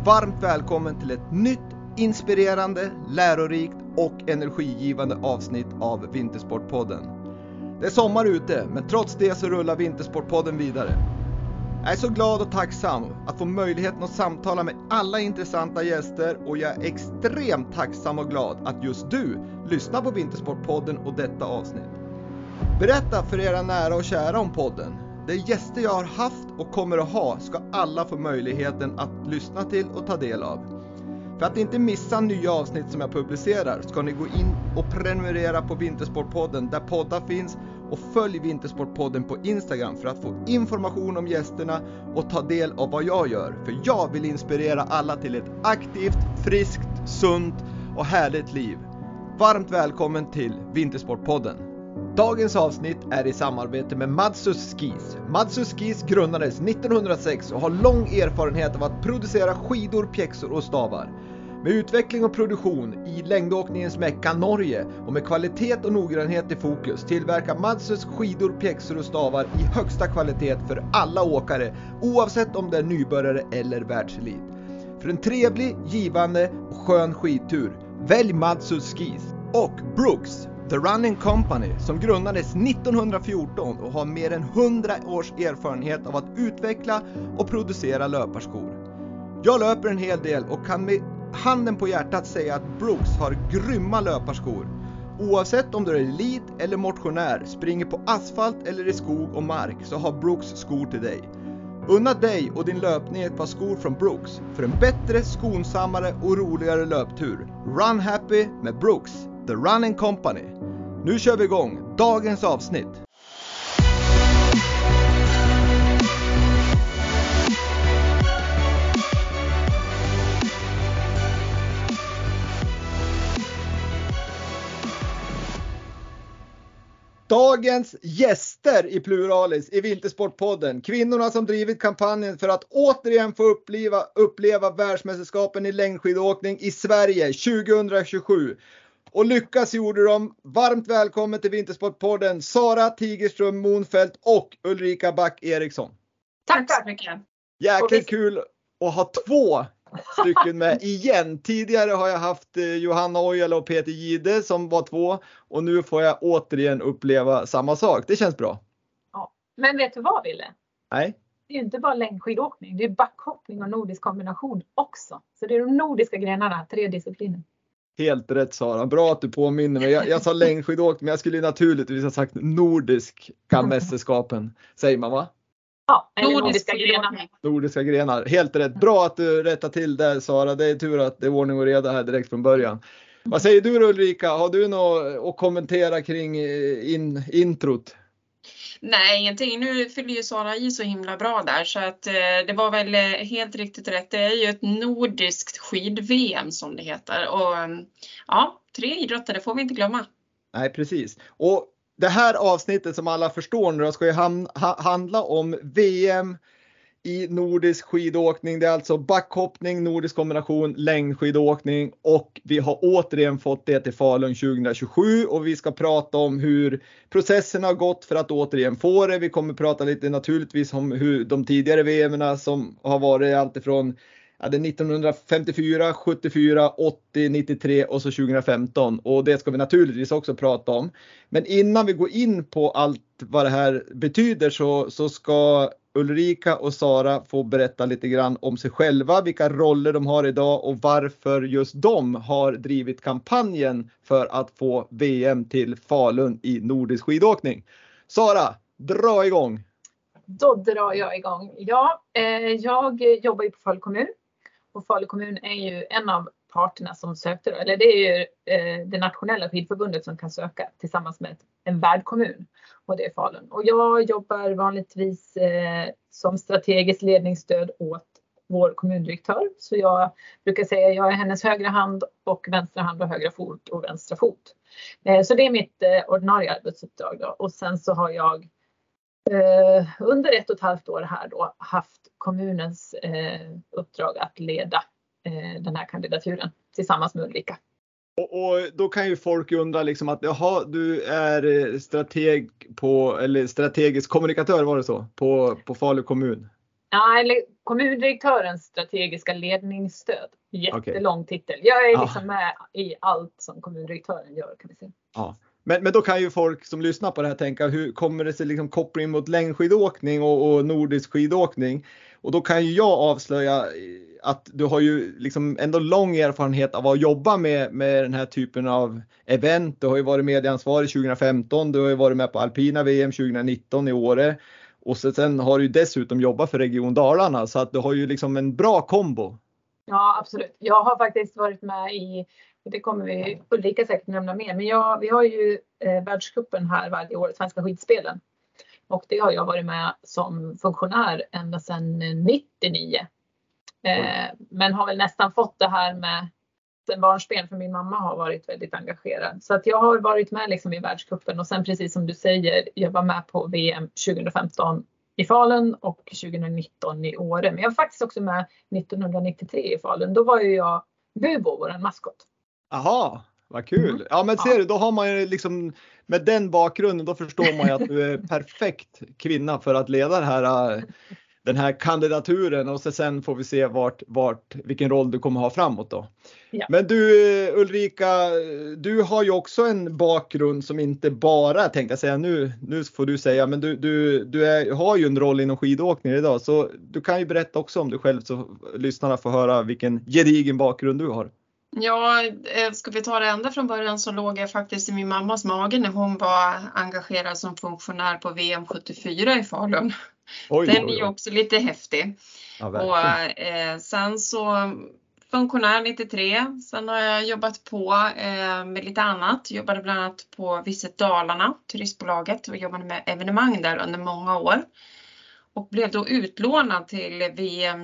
varmt välkommen till ett nytt, inspirerande, lärorikt och energigivande avsnitt av Vintersportpodden. Det är sommar ute, men trots det så rullar Vintersportpodden vidare. Jag är så glad och tacksam att få möjligheten att samtala med alla intressanta gäster, och jag är extremt tacksam och glad att just du lyssnar på Vintersportpodden och detta avsnitt. Berätta för era nära och kära om podden. De gäster jag har haft och kommer att ha ska alla få möjligheten att lyssna till och ta del av. För att inte missa nya avsnitt som jag publicerar ska ni gå in och prenumerera på Vintersportpodden där poddar finns, och följ Vintersportpodden på Instagram för att få information om gästerna och ta del av vad jag gör. För jag vill inspirera alla till ett aktivt, friskt, sunt och härligt liv. Varmt välkommen till Vintersportpodden. Dagens avsnitt är i samarbete med Madsus Skis. Madsus Skis grundades 1906 och har lång erfarenhet av att producera skidor, pjäxor och stavar. Med utveckling och produktion i längdåkningens Mecka Norge och med kvalitet och noggrannhet i fokus tillverkar Madsus skidor, pjäxor och stavar i högsta kvalitet för alla åkare, oavsett om det är nybörjare eller världselit. För en trevlig, givande och skön skidtur, välj Madsus Skis. Och Brooks, The Running Company, som grundades 1914 och har mer än 100 års erfarenhet av att utveckla och producera löparskor. Jag löper en hel del och kan med handen på hjärtat säga att Brooks har grymma löparskor. Oavsett om du är elit eller motionär, springer på asfalt eller i skog och mark, så har Brooks skor till dig. Unna dig och din löpning ett par skor från Brooks för en bättre, skonsammare och roligare löptur. Run happy med Brooks, The Running Company. Nu kör vi igång dagens avsnitt. Dagens gäster i pluralis i Vintersportpodden. Kvinnorna som drivit kampanjen för att återigen få uppleva världsmästerskapen i längdskidåkning i Sverige 2027. Och lyckas gjorde de. Varmt välkommen till Vintersportpodden Sara Tigerström Monfeldt och Ulrika Back Eriksson. Tack så mycket. Jäkligt kul att ha två stycken med igen. Tidigare har jag haft Johanna Ojala och Peter Gide som var två. Och nu får jag återigen uppleva samma sak. Det känns bra. Ja. Men vet du vad, Ville? Nej. Det är ju inte bara längdskidåkning. Det är backhoppning och nordisk kombination också. Så det är de nordiska grenarna, 3 discipliner. Helt rätt, Sara. Bra att du påminner mig. Jag sa längdskidåkning, men jag skulle naturligtvis ha sagt nordiska mästerskapen. Säger man, va? Ja, nordiska grenar. Nordiska grenar. Helt rätt. Bra att du rättar till där, Sara. Det är tur att det är ordning och reda här direkt från början. Vad säger du, Ulrika? Har du något att kommentera kring introt? Nej, ingenting. Nu fyller ju Sara i så himla bra där, så att det var väl helt riktigt rätt. Det är ju ett nordiskt skid-VM som det heter. Och ja, 3 idrotter, det får vi inte glömma. Nej, precis. Och det här avsnittet, som alla förstår nu, ska ju handla om VM i nordisk skidåkning. Det är alltså backhoppning, nordisk kombination, längdskidåkning, och vi har återigen fått det till Falun 2027, och vi ska prata om hur processen har gått för att återigen få det. Vi kommer prata lite naturligtvis om hur de tidigare VM:erna som har varit allt ifrån 1954, 74, 80, 93 och så 2015. Och det ska vi naturligtvis också prata om. Men innan vi går in på allt vad det här betyder så ska Ulrika och Sara få berätta lite grann om sig själva, vilka roller de har idag och varför just de har drivit kampanjen för att få VM till Falun i nordisk skidåkning. Sara, dra igång! Då drar jag igång. Ja, jag jobbar ju på Falu kommun. Och Falu kommun är ju en av parterna som sökte, eller det är ju det nationella skidförbundet som kan söka tillsammans med en värdkommun, och det är Falun. Och jag jobbar vanligtvis som strategiskt ledningsstöd åt vår kommundirektör. Så jag brukar säga att jag är hennes högra hand och vänstra hand och högra fot och vänstra fot. Så det är mitt ordinarie arbetsuppdrag då. Och sen så har jag under 1,5 år här då haft kommunens uppdrag att leda den här kandidaturen tillsammans med Ulrika. Och då kan ju folk undra liksom att jaha, du är strategisk kommunikatör, var det så? På Falu kommun? Ja, eller kommundirektörens strategiska ledningsstöd. Jättelång titel. Jag är liksom med i allt som kommundirektören gör, kan vi säga. Ja. Men då kan ju folk som lyssnar på det här tänka, hur kommer det sig liksom koppling mot längdskidåkning och nordisk skidåkning? Och då kan ju jag avslöja att du har ju liksom ändå lång erfarenhet av att jobba med den här typen av event. Du har ju varit medieansvarig 2015, du har ju varit med på Alpina VM 2019 i Åre. Och sen har du ju dessutom jobbat för Region Dalarna, så att du har ju liksom en bra kombo. Ja, absolut. Jag har faktiskt varit med i, det kommer vi Ulrika säkert nämna mer, men vi har ju världscupen här varje år, Svenska skidspelen. Och det har jag varit med som funktionär ända sedan 99. Men har väl nästan fått det här med sen barnsben, för min mamma har varit väldigt engagerad. Så att jag har varit med liksom i världscupen, och sen precis som du säger, jag var med på VM 2015 i Falun och 2019 i Åre. Men jag var faktiskt också med 1993 i Falun. Då var ju jag Bubo, våran maskot. Aha, vad kul. Ja, men ser du, då har man ju liksom med den bakgrunden, då förstår man ju att du är perfekt kvinna för att leda den här kandidaturen, och sen får vi se vilken roll du kommer ha framåt då. Ja. Men du Ulrika, du har ju också en bakgrund som inte bara, tänkte jag säga, nu får du säga, men du har ju en roll inom skidåkning idag, så du kan ju berätta också om dig själv, så lyssnarna får höra vilken gedigen bakgrund du har. Ja, ska vi ta det ända från början, så låg jag faktiskt i min mammas mage när hon var engagerad som funktionär på VM 74 i Falun. Den är ju också lite häftig. Ja, och sen så funktionär 93. Sen har jag jobbat på med lite annat. Jobbade bland annat på Visit Dalarna, turistbolaget, och jobbade med evenemang där under många år. Och blev då utlånad till VM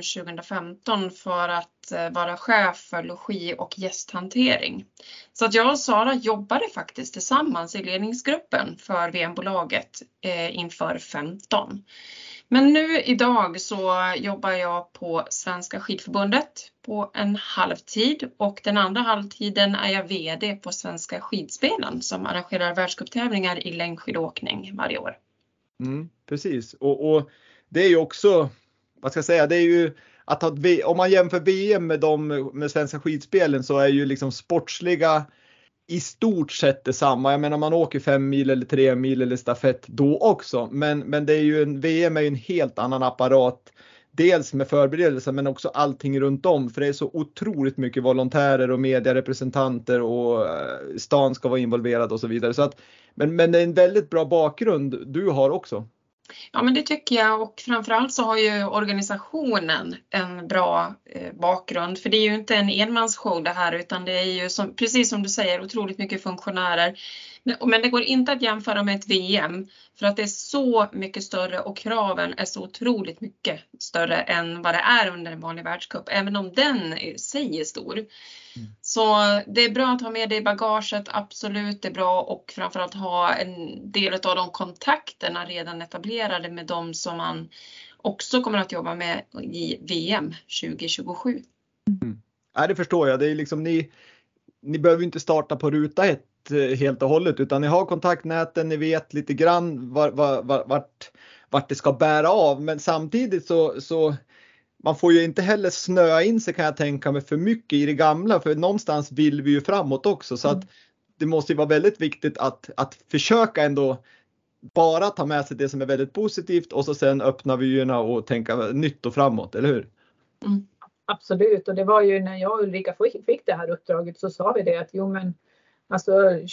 2015 för att vara chef för logi och gästhantering. Så att jag och Sara jobbade faktiskt tillsammans i ledningsgruppen för VM-bolaget inför 15. Men nu idag så jobbar jag på Svenska skidförbundet på en halvtid, och den andra halvtiden är jag vd på Svenska skidspelen som arrangerar världscuptävlingar i längdskidåkning varje år. Precis, och det är ju också, vad ska jag säga, det är ju att om man jämför VM med Svenska skidspelen, så är ju liksom sportsliga i stort sett detsamma. Jag menar, man åker 5 mil eller 3 mil eller stafett då också. Men det är ju VM är ju en helt annan apparat. Dels med förberedelser, men också allting runt om. För det är så otroligt mycket volontärer och medierepresentanter, och stan ska vara involverad och så vidare. Så att, men det är en väldigt bra bakgrund du har också. Ja, men det tycker jag, och framförallt så har ju organisationen en bra bakgrund, för det är ju inte en enmansshow det här, utan det är ju precis som du säger, otroligt mycket funktionärer. Men det går inte att jämföra med ett VM, för att det är så mycket större och kraven är så otroligt mycket större än vad det är under en vanlig världscup, även om den i sig är stor. Så det är bra att ha med det i bagaget, absolut, det är bra, och framförallt ha en del av de kontakterna redan etablerade med de som man också kommer att jobba med i VM 2027. Ja, det förstår jag. Det är liksom, ni behöver inte starta på ruta 1 helt och hållet, utan ni har kontaktnäten, ni vet lite grann vart det ska bära av, men samtidigt så man får ju inte heller snöa in sig, kan jag tänka mig, för mycket i det gamla, för någonstans vill vi ju framåt också, så att det måste ju vara väldigt viktigt att försöka ändå bara ta med sig det som är väldigt positivt, och så sen öppna vyerna och tänka nytt och framåt, eller hur? Absolut, och det var ju när jag och Ulrika fick det här uppdraget, så sa vi det att alltså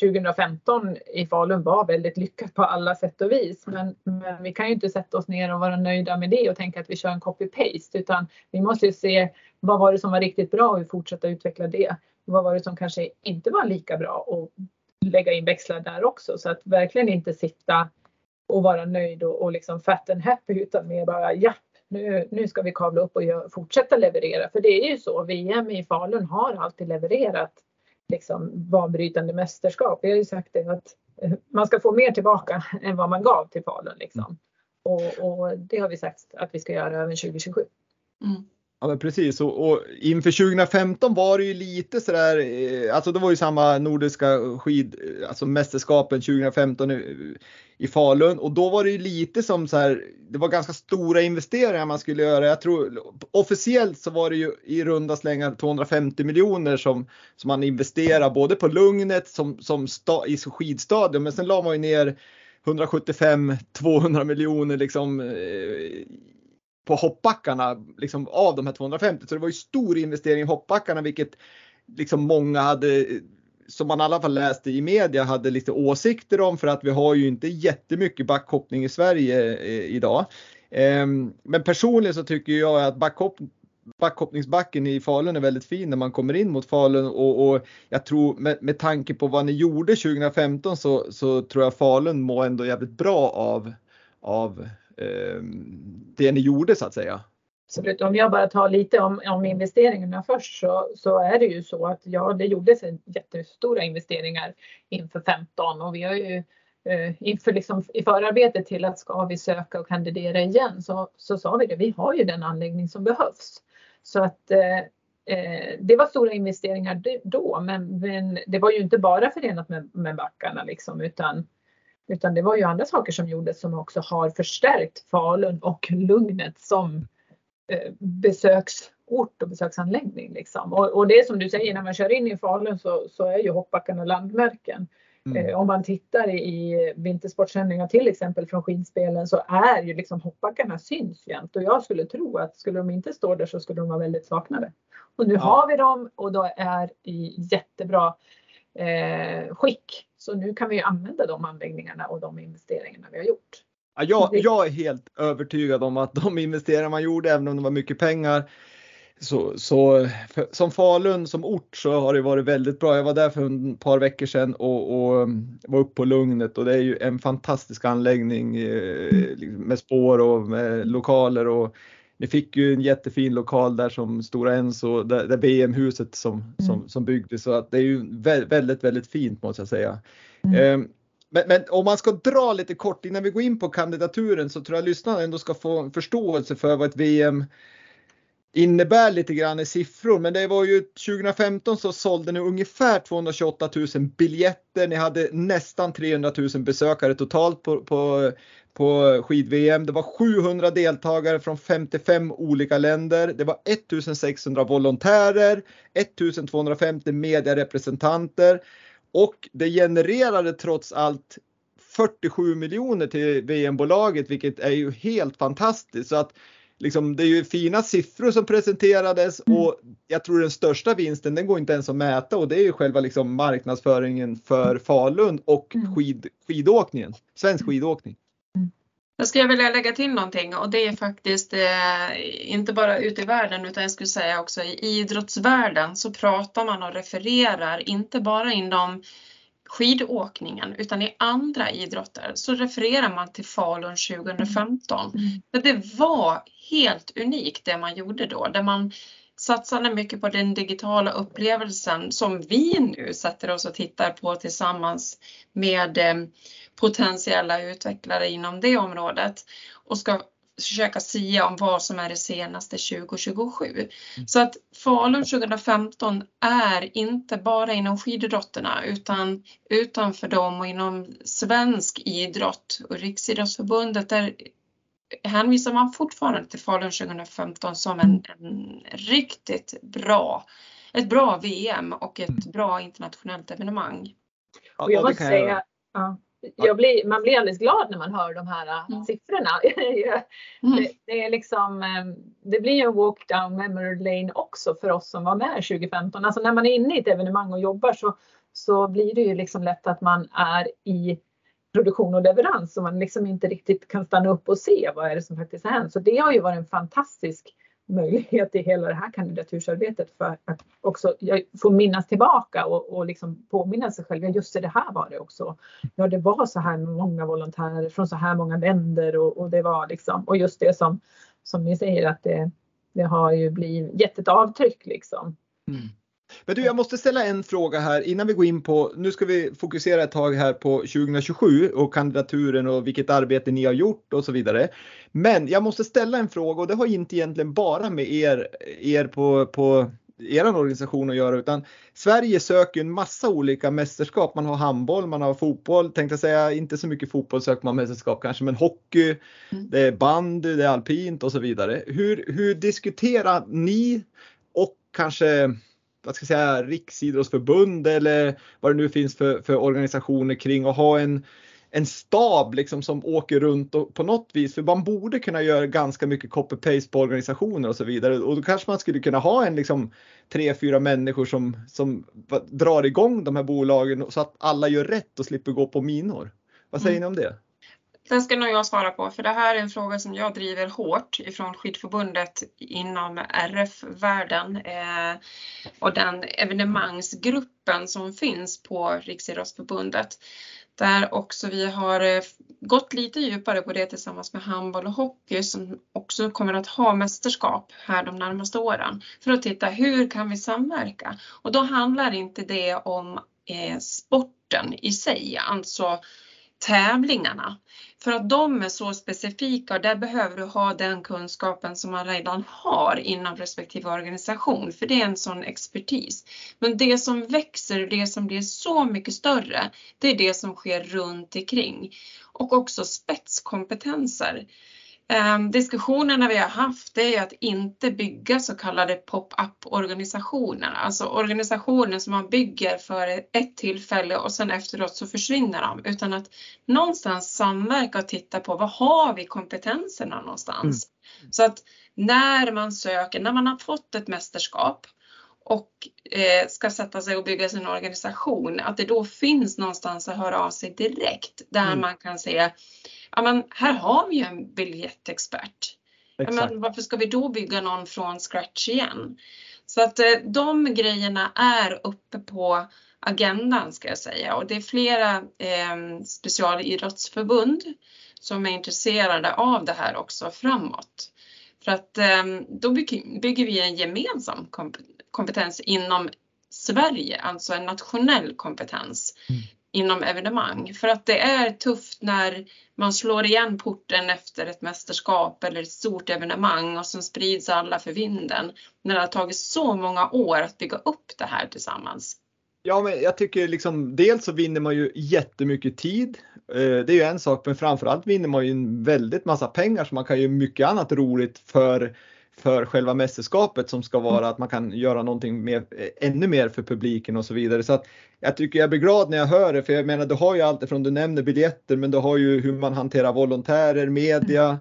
2015 i Falun var väldigt lyckat på alla sätt och vis. Men vi kan ju inte sätta oss ner och vara nöjda med det och tänka att vi kör en copy-paste. Utan vi måste ju se vad var det som var riktigt bra och fortsätta utveckla det. Vad var det som kanske inte var lika bra och lägga in växlar där också. Så att verkligen inte sitta och vara nöjd och liksom fat and happy, utan mer bara nu ska vi kavla upp och fortsätta leverera. För det är ju så, VM i Falun har alltid levererat liksom banbrytande mästerskap. Vi har ju sagt det, att man ska få mer tillbaka än vad man gav till Falun liksom. Och det har vi sagt att vi ska göra även 2027. Ja, men precis. Och inför 2015 var det ju lite sådär, alltså det var ju samma nordiska alltså mästerskapen 2015 i Falun. Och då var det ju lite som så här, det var ganska stora investeringar man skulle göra. Jag tror officiellt så var det ju i runda slängar 250 miljoner som man investerade både på Lugnet i skidstadion. Men sen la man ju ner 175-200 miljoner liksom på hoppbackarna liksom av de här 250. Så det var ju stor investering i hoppbackarna, vilket liksom många hade, som man i alla fall läste i media, hade lite åsikter om, för att vi har ju inte jättemycket backhoppning i Sverige idag. Men personligen så tycker jag att backhoppningsbacken i Falun är väldigt fin när man kommer in mot Falun, och jag tror med tanke på vad ni gjorde 2015 så tror jag Falun mår ändå jävligt bra av det ni gjorde, så att säga. Absolut. Om jag bara tar lite om investeringarna först, så är det ju så att det gjordes jättestora investeringar inför 15, och vi har ju inför liksom i förarbetet till att ska vi söka och kandidera igen, så sa vi det, vi har ju den anläggning som behövs. Så att det var stora investeringar då, men det var ju inte bara förenat med backarna liksom, utan det var ju andra saker som gjordes som också har förstärkt Falun och Lugnet som besöksort och besöksanläggning liksom. Och det är som du säger, när man kör in i Falun så är ju hoppbackarna landmärken. Om man tittar i vintersportsändningar till exempel från skidspelen, så är ju liksom hoppbackarna syns jämt. Och jag skulle tro att skulle de inte stå där så skulle de vara väldigt saknade. Och nu har vi dem, och då är i jättebra skick. Så nu kan vi ju använda de anläggningarna och de investeringarna vi har gjort. Ja, jag är helt övertygad om att de investeringar man gjorde, även om det var mycket pengar, så som Falun som ort så har det varit väldigt bra. Jag var där för ett par veckor sedan och var uppe på Lugnet, och det är ju en fantastisk anläggning med spår och med lokaler, och ni fick ju en jättefin lokal där som Stora Enso, där VM-huset som byggdes, så att det är ju väldigt, väldigt fint, måste jag säga. Men om man ska dra lite kort innan vi går in på kandidaturen, så tror jag lyssnarna ändå ska få en förståelse för vad ett VM innebär lite grann i siffror. Men det var ju 2015 så sålde ni ungefär 228 000 biljetter. Ni hade nästan 300 000 besökare totalt på skid-VM. Det var 700 deltagare från 55 olika länder. Det var 1600 volontärer, 1250 medierepresentanter. Och det genererade trots allt 47 miljoner till VM-bolaget, vilket är ju helt fantastiskt. Så att liksom, det är ju fina siffror som presenterades, och jag tror den största vinsten, den går inte ens att mäta, och det är ju själva liksom marknadsföringen för Falun och skidåkningen, svensk skidåkning. Jag skulle vilja lägga till någonting, och det är faktiskt inte bara ute i världen, utan jag skulle säga också i idrottsvärlden så pratar man och refererar inte bara inom skidåkningen utan i andra idrotter, så refererar man till Falun 2015. För det var helt unikt det man gjorde då, där man satsade mycket på den digitala upplevelsen som vi nu sätter oss och tittar på tillsammans med potentiella utvecklare inom det området, och ska försöka sia om vad som är det senaste 2027. Så att Falun 2015 är inte bara inom skididrotterna, utan utanför dem och inom svensk idrott och Riksidrottsförbundet, där hänvisar man fortfarande till Falun 2015 som en riktigt ett bra VM och ett bra internationellt evenemang. Och jag måste säga, man blir alldeles glad när man hör de här siffrorna. Det är liksom, det blir en walk down memory lane också för oss som var med 2015. Alltså när man är inne i ett evenemang och jobbar så blir det ju liksom lätt att man är i produktion och leverans, så man liksom inte riktigt kan stanna upp och se vad är det som faktiskt har hänt. Så det har ju varit en fantastisk möjlighet i hela det här kandidatursarbetet, för att också få minnas tillbaka och liksom påminna sig själv. Ja, just det här var det också. Ja, det var så här många volontärer från så här många länder, och det var liksom, och just det som ni säger, att det har ju blivit gett ett avtryck liksom. Men du, jag måste ställa en fråga här innan vi går in på, nu ska vi fokusera ett tag här på 2027 och kandidaturen och vilket arbete ni har gjort och så vidare. Men jag måste ställa en fråga, och det har inte egentligen bara med er på er organisation att göra, utan Sverige söker en massa olika mästerskap. Man har handboll, man har fotboll, tänkte jag säga, inte så mycket fotboll söker man mästerskap kanske, men hockey, det är bandy, det är alpint och så vidare. Hur diskuterar ni och kanske, vad ska jag säga, Riksidrottsförbund eller vad det nu finns för organisationer kring att ha en stab liksom som åker runt och på något vis, för man borde kunna göra ganska mycket copy-paste på organisationer och så vidare, och då kanske man skulle kunna ha en liksom 3-4 människor som drar igång de här bolagen så att alla gör rätt och slipper gå på minor. Vad säger ni om det? Det ska nog jag svara på, för det här är en fråga som jag driver hårt ifrån skidförbundet inom RF-världen och den evenemangsgruppen som finns på Riksidrottsförbundet. Där också vi har gått lite djupare på det tillsammans med handboll och hockey som också kommer att ha mästerskap här de närmaste åren. För att titta hur kan vi samverka. Och då handlar inte det om sporten i sig, alltså tävlingarna. För att de är så specifika och där behöver du ha den kunskapen som man redan har inom respektive organisation. För det är en sån expertis. Men det som växer, det som blir så mycket större, det är det som sker runt omkring. Och också spetskompetenser. Diskussionerna vi har haft är att inte bygga så kallade pop-up-organisationer. Alltså organisationer som man bygger för ett tillfälle och sen efteråt så försvinner de. Utan att någonstans samverka och titta på vad har vi kompetenserna någonstans. Så att när man söker, när man har fått ett mästerskap och ska sätta sig och bygga sin organisation, att det då finns någonstans att höra av sig direkt där man kan säga, ja men här har vi ju en biljettexpert. Ja, men varför ska vi då bygga någon från scratch igen? Så att de grejerna är uppe på agendan ska jag säga, och det är flera specialidrottsförbund som är intresserade av det här också framåt. För att då bygger vi en gemensam kompetens inom Sverige, alltså en nationell kompetens inom evenemang. För att det är tufft när man slår igen porten efter ett mästerskap eller ett stort evenemang och sen sprids alla för vinden. När det har tagit så många år att bygga upp det här tillsammans. Ja, men jag tycker liksom, dels så vinner man ju jättemycket tid. Det är ju en sak, men framförallt vinner man ju en väldigt massa pengar, så man kan ju mycket annat roligt för själva mästerskapet som ska vara att man kan göra någonting ännu mer för publiken och så vidare. Så att jag tycker jag blir glad när jag hör det, för jag menar du har ju allt från, du nämner biljetter, men du har ju hur man hanterar volontärer, media,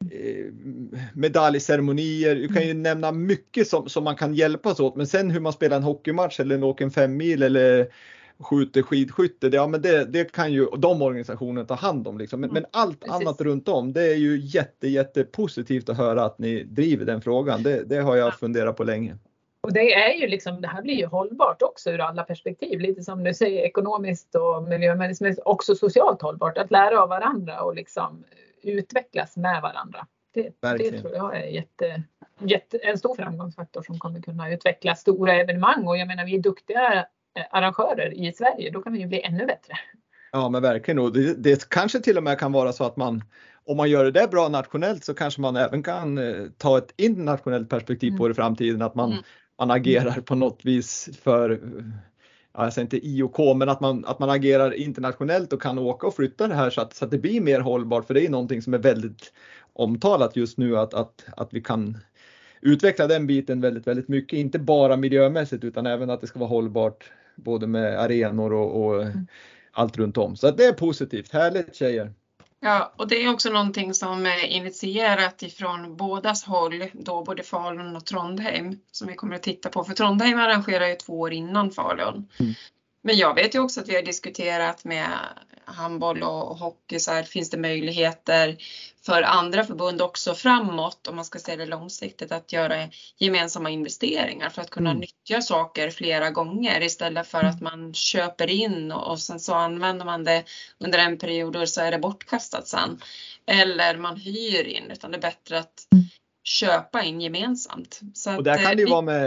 medaljceremonier. Du kan ju nämna mycket som man kan hjälpas åt, men sen hur man spelar en hockeymatch eller åker en 5-mil eller skjuter skidskytte, ja men det kan ju de organisationerna ta hand om liksom. Men allt annat runt om, det är ju jätte positivt att höra att ni driver den frågan. Det har jag funderat på länge. Och det är ju liksom, det här blir ju hållbart också ur alla perspektiv, lite som du säger, ekonomiskt och miljömässigt, men också socialt hållbart, att lära av varandra och liksom utvecklas med varandra. Det tror jag är en stor framgångsfaktor som kommer kunna utveckla stora evenemang, och jag menar vi är duktiga arrangörer i Sverige, då kan vi ju bli ännu bättre. Ja men verkligen, och det kanske till och med kan vara så att man, om man gör det bra nationellt, så kanske man även kan ta ett internationellt perspektiv på det i framtiden, att man agerar på något vis för, jag säger inte IOK, men att man agerar internationellt och kan åka och flytta det här så att det blir mer hållbart, för det är någonting som är väldigt omtalat just nu, att vi kan utveckla den biten väldigt mycket, inte bara miljömässigt utan även att det ska vara hållbart både med arenor och allt runt om. Så att det är positivt, härligt tjejer. Ja, och det är också någonting som är initierat ifrån bådas håll, då både Falun och Trondheim, som vi kommer att titta på. För Trondheim arrangerar ju 2 år innan Falun. Men jag vet ju också att vi har diskuterat med handboll och hockey, så här finns det möjligheter för andra förbund också framåt, om man ska se det långsiktigt, att göra gemensamma investeringar för att kunna nyttja saker flera gånger istället för att man köper in och sen så använder man det under en period och så är det bortkastat sen. Eller man hyr in, utan det är bättre att köpa in gemensamt. Så och där kan det ju vara med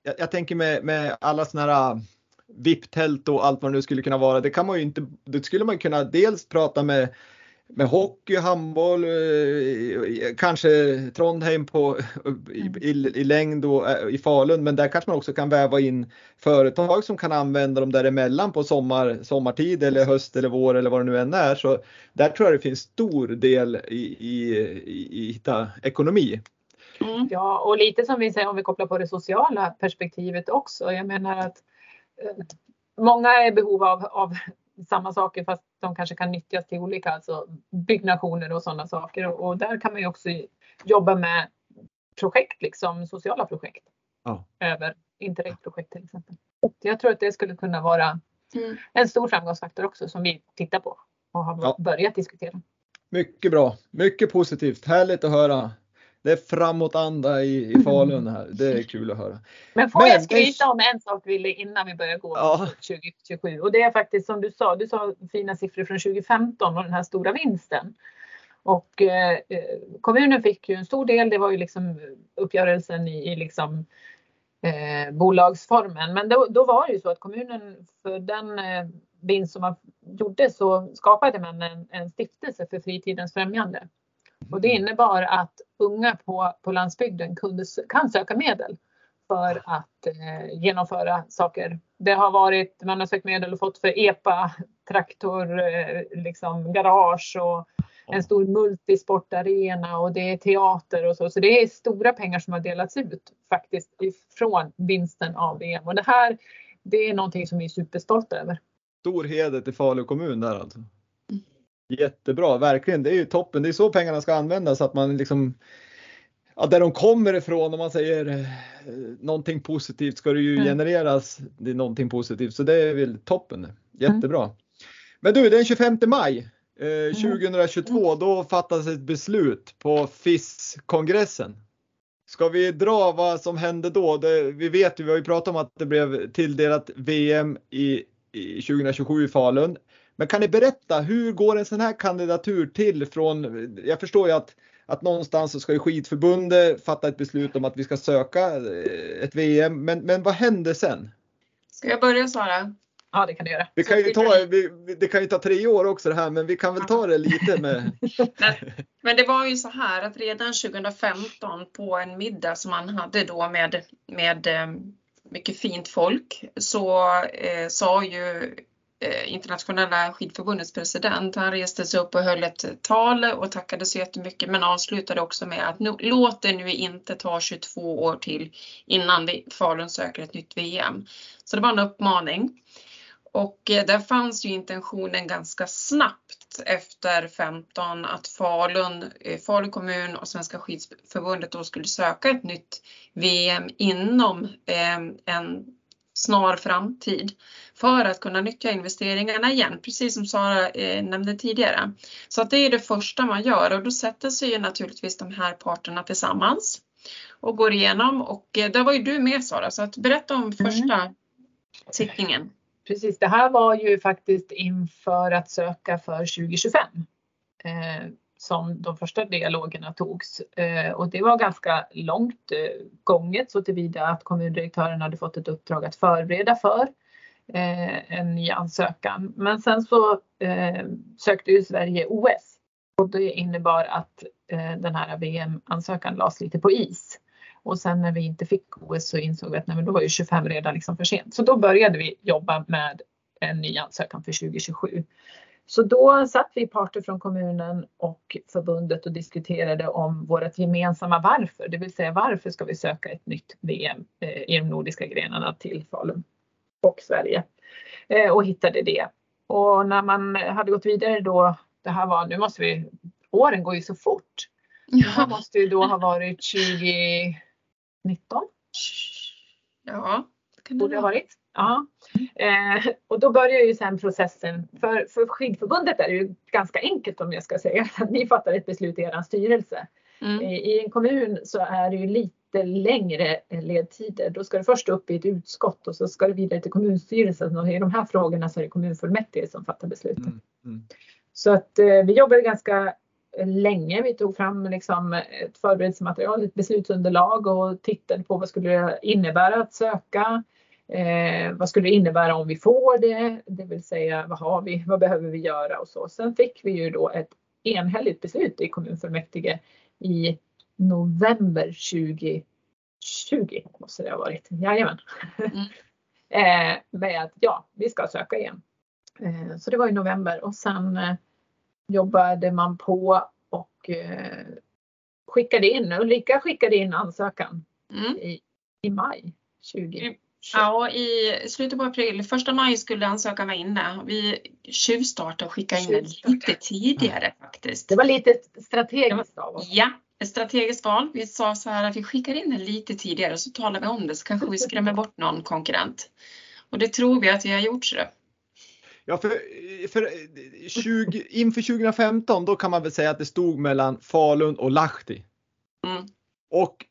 jag tänker med alla såna här VIP-tält och allt vad det nu skulle kunna vara. Det skulle man kunna dels prata med hockey, handboll, kanske Trondheim i längd och i Falun, men där kanske man också kan väva in företag som kan använda dem däremellan på sommartid eller höst eller vår eller vad det nu än är. Så där tror jag det finns stor del i hitta ekonomi. Mm. Ja, och lite som vi säger om vi kopplar på det sociala perspektivet också. Jag menar att många är i behov av samma saker fast de kanske kan nyttjas till olika, alltså byggnationer och sådana saker. Och där kan man ju också jobba med projekt, liksom sociala projekt. Ja. Över Interreg-projekt till exempel. Jag tror att det skulle kunna vara en stor framgångsfaktor också som vi tittar på och har börjat diskutera. Mycket bra, mycket positivt, härligt att höra. Det är framåtanda i Falun här. Det är kul att höra. Men får jag skryta om en sak, Ville, innan vi börjar gå mot 2027. Och det är faktiskt som du sa fina siffror från 2015 och den här stora vinsten. Och kommunen fick ju en stor del, det var ju liksom uppgörelsen i liksom bolagsformen. Men då var det ju så att kommunen för den vinst som man gjorde så skapade man en stiftelse för fritidens främjande. Och det innebar att unga på landsbygden kan söka medel för att genomföra saker. Det har varit, man har sökt medel och fått för EPA, traktor, liksom garage och en stor multisportarena och det är teater och så. Så det är stora pengar som har delats ut faktiskt ifrån vinsten av VM. Och det är någonting som vi är superstolta över. Stor heder till Falu kommun där alltså. Jättebra, verkligen. Det är ju toppen. Det är så pengarna ska användas, att man liksom, där de kommer ifrån, om man säger någonting positivt ska det ju genereras. Det är någonting positivt, så det är väl toppen. Jättebra. Men du, den 25 maj 2022, då fattas ett beslut på FIS-kongressen. Ska vi dra vad som hände då? Vi vet ju, vi har ju pratat om att det blev tilldelat VM i 2027 i Falun. Men kan ni berätta, hur går en sån här kandidatur till från, jag förstår ju att någonstans så ska ju skidförbundet fatta ett beslut om att vi ska söka ett VM, men vad händer sen? Ska jag börja, Sara? Ja, det kan du göra. Det kan ju ta 3 år också det här, men vi kan väl ta det lite med... Men det var ju så här att redan 2015 på en middag som man hade då med mycket fint folk, så sa ju internationella skidförbundets president, han reste sig upp och höll ett tal och tackade så jättemycket, men avslutade också med att låt det nu inte ta 22 år till innan Falun söker ett nytt VM. Så det var en uppmaning. Och där fanns ju intentionen ganska snabbt efter 15 att Falu kommun och Svenska skidförbundet då skulle söka ett nytt VM inom en snar framtid för att kunna nyttja investeringarna igen, precis som Sara nämnde tidigare. Så att det är det första man gör, och då sätter sig ju naturligtvis de här parterna tillsammans och går igenom, och där var ju du med, Sara, så att berätta om första sittningen. Precis, det här var ju faktiskt inför att söka för 2025 som de första dialogerna togs. Och det var ganska långt gånget, så tillvida att kommundirektören hade fått ett uppdrag att förbereda för en ny ansökan. Men sen så sökte ju Sverige OS, och det innebar att den här VM-ansökan lades lite på is. Och sen när vi inte fick OS så insåg vi att då var ju 25 redan liksom för sent. Så då började vi jobba med en ny ansökan för 2027. Så då satt vi parter från kommunen och förbundet och diskuterade om vårt gemensamma varför. Det vill säga, varför ska vi söka ett nytt VM i de nordiska grenarna till Falun och Sverige. Och hittade det. Och när man hade gått vidare då, åren går ju så fort. Det här måste ju då ha varit 2019. Ja, det kan det ha varit. Ja. Och då börjar ju sen processen. För skidförbundet är det ju ganska enkelt, om jag ska säga. Ni fattar ett beslut i er styrelse. I en kommun så är det ju lite längre ledtider. Då ska det först upp i ett utskott och så ska det vidare till kommunstyrelsen. Och i de här frågorna så är det kommunfullmäktige som fattar besluten. Så att vi jobbade ganska länge. Vi tog fram liksom ett förberedelsematerial, ett beslutsunderlag och tittade på vad skulle det innebära att söka. Vad skulle det innebära om vi får det? Det vill säga vad har vi? Vad behöver vi göra och så. Sen fick vi ju då ett enhälligt beslut i kommunfullmäktige i november 2020 måste det ha varit. Jajamän. Med att vi ska söka igen. Så det var i november och sen jobbade man på och skickade in. Ulrika skickade in ansökan i maj 2020. Ja, i slutet på april, 1 maj skulle ansökan vara inne. Vi tjuvstartade och skickade in den lite tidigare faktiskt. Det var lite strategiskt av oss. Ja, ett strategiskt val. Vi sa så här att vi skickar in den lite tidigare så talar vi om det så kanske vi skrämmer bort någon konkurrent. Och det tror vi att vi har gjort så. Ja, inför 2015 då kan man väl säga att det stod mellan Falun och Lahti. Och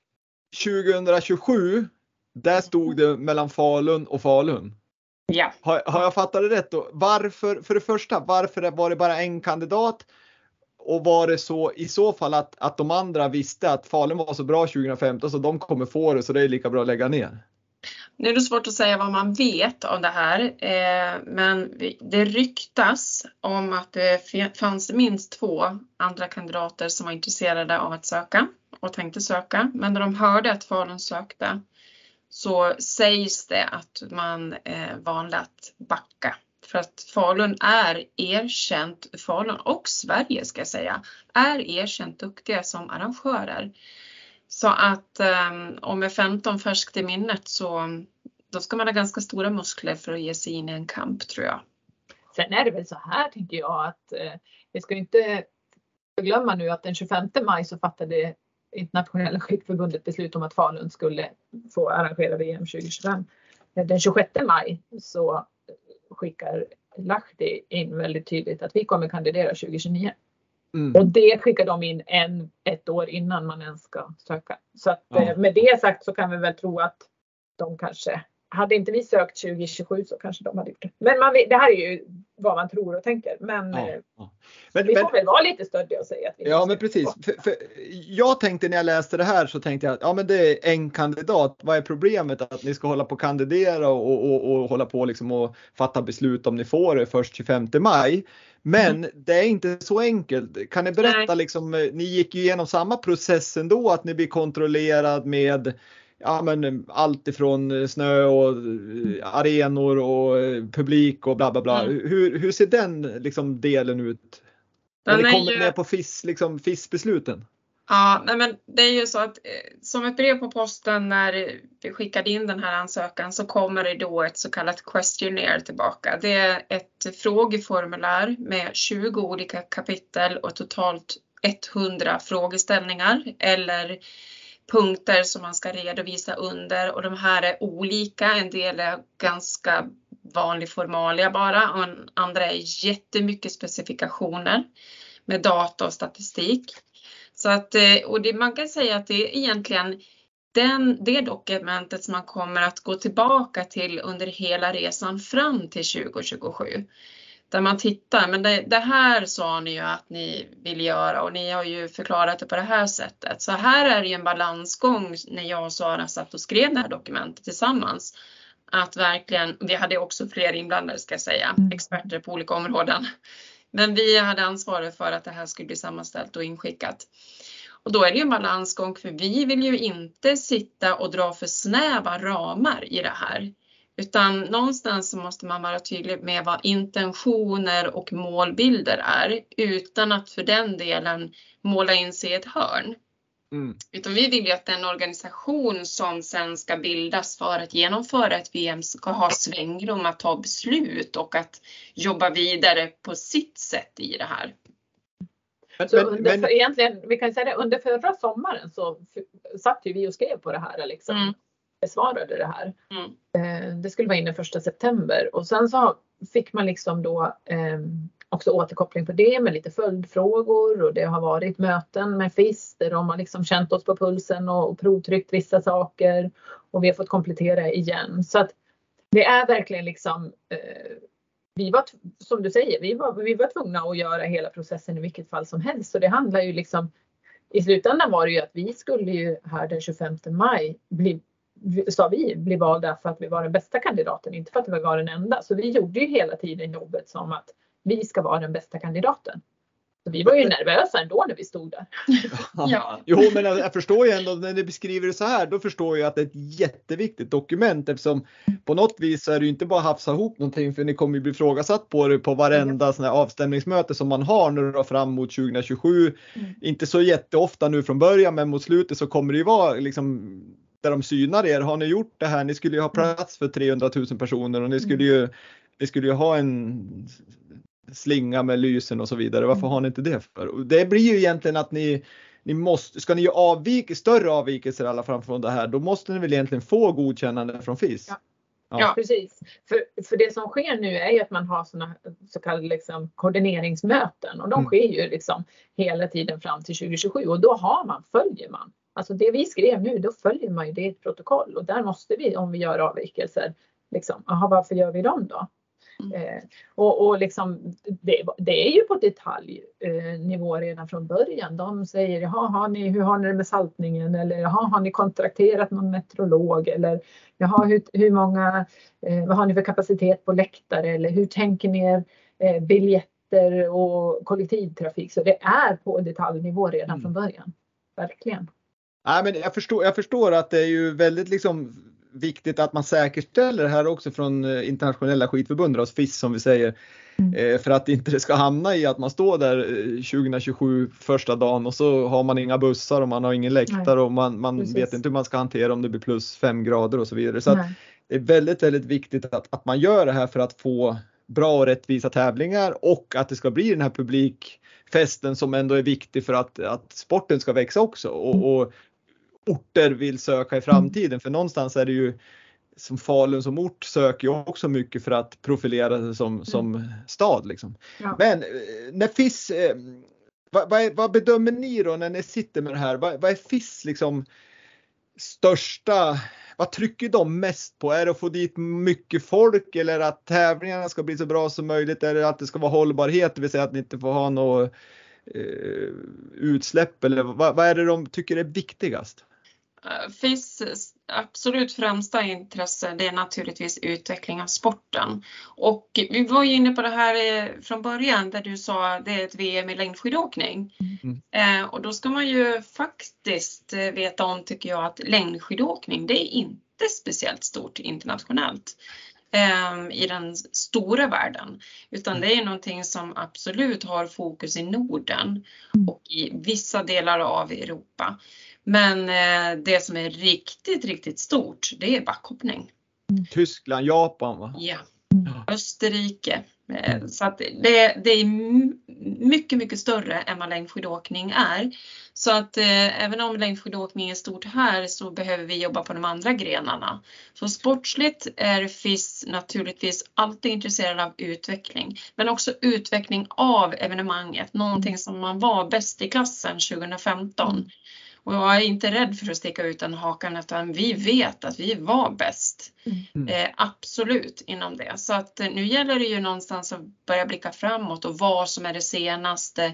2027 där stod det mellan Falun och Falun. Ja. Har jag fattat det rätt då? Varför, för det första, varför var det bara en kandidat? Och var det så i så fall att de andra visste att Falun var så bra 2015 så de kommer få det så det är lika bra att lägga ner? Nu är det svårt att säga vad man vet om det här. Men det ryktas om att det fanns minst 2 andra kandidater som var intresserade av att söka och tänkte söka. Men när de hörde att Falun sökte så sägs det att man valde att backa. För att Falun är erkänt, Falun och Sverige ska jag säga, är erkänt duktiga som arrangörer. Så att om med 15 färskt i minnet så då ska man ha ganska stora muskler för att ge sig in i en kamp tror jag. Sen är det väl så här tänker jag att vi ska inte glömma nu att den 25 maj så fattade Internationella skidförbundet beslut om att Falun skulle få arrangera VM 2025. Den 26 maj så skickar Lahti in väldigt tydligt att vi kommer kandidera 2029. Och det skickar de in ett år innan man ens ska söka. Så att med det sagt så kan vi väl tro att de kanske, hade inte vi sökt 2027 så kanske de hade gjort det. Men det här är ju vad man tror och tänker. Men vi får väl vara lite stöddiga och säga att vi men precis. För jag tänkte när jag läste det här så tänkte jag att men det är en kandidat. Vad är problemet att ni ska hålla på och kandidera och hålla på liksom och fatta beslut om ni får det först 25 maj. Men det är inte så enkelt. Kan ni berätta liksom, ni gick ju igenom samma process ändå att ni blir kontrollerad med allt ifrån snö och arenor och publik och bla bla bla. Hur ser den liksom delen ut? När det kommer ner på FIS-besluten? Ja, men det är ju så att som ett brev på posten när vi skickade in den här ansökan så kommer det då ett så kallat questionnaire tillbaka. Det är ett frågeformulär med 20 olika kapitel och totalt 100 frågeställningar eller punkter som man ska redovisa under och de här är olika. En del är ganska vanlig formalia bara och andra är jättemycket specifikationer med data och statistik. Så att, och man kan säga att det är egentligen det dokumentet som man kommer att gå tillbaka till under hela resan fram till 2027. Där man tittar, men det här sa ni ju att ni vill göra och ni har ju förklarat det på det här sättet. Så här är det ju en balansgång när jag och Sara satt och skrev det här dokumentet tillsammans. Att verkligen, vi hade också fler inblandade ska jag säga, experter på olika områden. Men vi hade ansvaret för att det här skulle bli sammanställt och inskickat. Och då är det ju en balansgång för vi vill ju inte sitta och dra för snäva ramar i det här. Utan någonstans så måste man vara tydlig med vad intentioner och målbilder är. Utan att för den delen måla in sig i ett hörn. Utan vi vill ju att den organisation som sen ska bildas för att genomföra ett VM ska ha svängrum att ta beslut och att jobba vidare på sitt sätt i det här. Egentligen, vi kan säga det, under förra sommaren så satt ju vi och skrev på det här liksom. Besvarade det här. Det skulle vara inne 1 september och sen så fick man liksom då också återkoppling på det med lite följdfrågor och det har varit möten med FIS där de har liksom känt oss på pulsen och provtryckt vissa saker och vi har fått komplettera igen. Så att det är verkligen liksom vi var, som du säger, vi var tvungna att göra hela processen i vilket fall som helst. Så det handlar ju liksom, i slutändan var det ju att vi skulle ju här den 25 maj bli valda för att vi var den bästa kandidaten, inte för att vi var den enda. Så vi gjorde ju hela tiden jobbet som att vi ska vara den bästa kandidaten. Så vi var ju nervösa ändå när vi stod där. Ja. Jo, men jag förstår ju ändå när ni beskriver det så här, då förstår jag att det är ett jätteviktigt dokument, eftersom på något vis är det ju inte bara hafsa ihop någonting, för ni kommer ju bli frågasatt på det på varenda sån här avstämningsmöte som man har nu då fram mot 2027. Inte så jätteofta nu från början, men mot slutet så kommer det ju vara liksom där de synar er. Har ni gjort det här? Ni skulle ju ha plats för 300 000 personer och ni skulle ju ha en slinga med lysen och så vidare. Varför har ni inte det för? Och det blir ju egentligen att ni måste, ska ni ju större avvikelser i alla fall från det här, då måste ni väl egentligen få godkännande från FIS. Ja, precis. För det som sker nu är ju att man har såna så kallade liksom koordineringsmöten, och de sker ju liksom hela tiden fram till 2027, och då följer man. Alltså det vi skrev nu, då följer man ju det i ett protokoll, och där måste vi, om vi gör avvikelser, liksom, varför gör vi dem då? Och liksom, det är ju på detaljnivå redan från början. De säger, hur har ni det med saltningen? Eller har ni kontrakterat någon meteorolog? Eller hur många, vad har ni för kapacitet på läktare? Eller hur tänker ni er biljetter och kollektivtrafik? Så det är på detaljnivå redan från början. Verkligen. Nej, men jag förstår att det är ju väldigt liksom viktigt att man säkerställer det här också från internationella skidförbund, alltså FIS som vi säger, för att inte det ska hamna i att man står där 2027 första dagen och så har man inga bussar och man har ingen läktare och man vet inte hur man ska hantera om det blir plus 5 grader och så vidare. Så att det är väldigt, väldigt viktigt att man gör det här för att få bra och rättvisa tävlingar och att det ska bli den här publikfesten som ändå är viktig för att sporten ska växa också och orter vill söka i framtiden, för någonstans är det ju som Falun som ort söker ju också mycket för att profilera sig som stad liksom. Ja. Men när FIS, vad bedömer ni då när ni sitter med det här? Vad är FIS liksom största, vad trycker de mest på? Är det att få dit mycket folk, eller att tävlingarna ska bli så bra som möjligt, eller att det ska vara hållbarhet, det vill säga att ni inte får ha något utsläpp, eller vad är det de tycker är viktigast? FIS absolut främsta intresse, det är naturligtvis utveckling av sporten. Och vi var ju inne på det här från början där du sa det är ett VM i längdskidåkning. Och då ska man ju faktiskt veta om, tycker jag, att längdskidåkning, det är inte speciellt stort internationellt i den stora världen, utan det är någonting som absolut har fokus i Norden och i vissa delar av Europa. Men det som är riktigt, riktigt stort, det är backhoppning. Tyskland, Japan va? Ja, Österrike. Så att det är mycket, mycket större än vad längdskidåkning är. Så att även om längdskidåkning är stort här, så behöver vi jobba på de andra grenarna. Så sportsligt är FIS naturligtvis alltid intresserad av utveckling. Men också utveckling av evenemanget. Någonting som man var bäst i klassen 2015. Och jag är inte rädd för att sticka ut en hakan, utan vi vet att vi var bäst. Absolut inom det. Så att nu gäller det ju någonstans att börja blicka framåt, och vad som är det senaste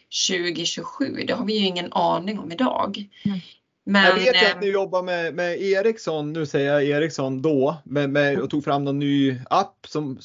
2027. Det har vi ju ingen aning om idag. Men, jag vet ju att ni jobbar med Ericsson, nu säger jag Ericsson då, och tog fram någon ny app som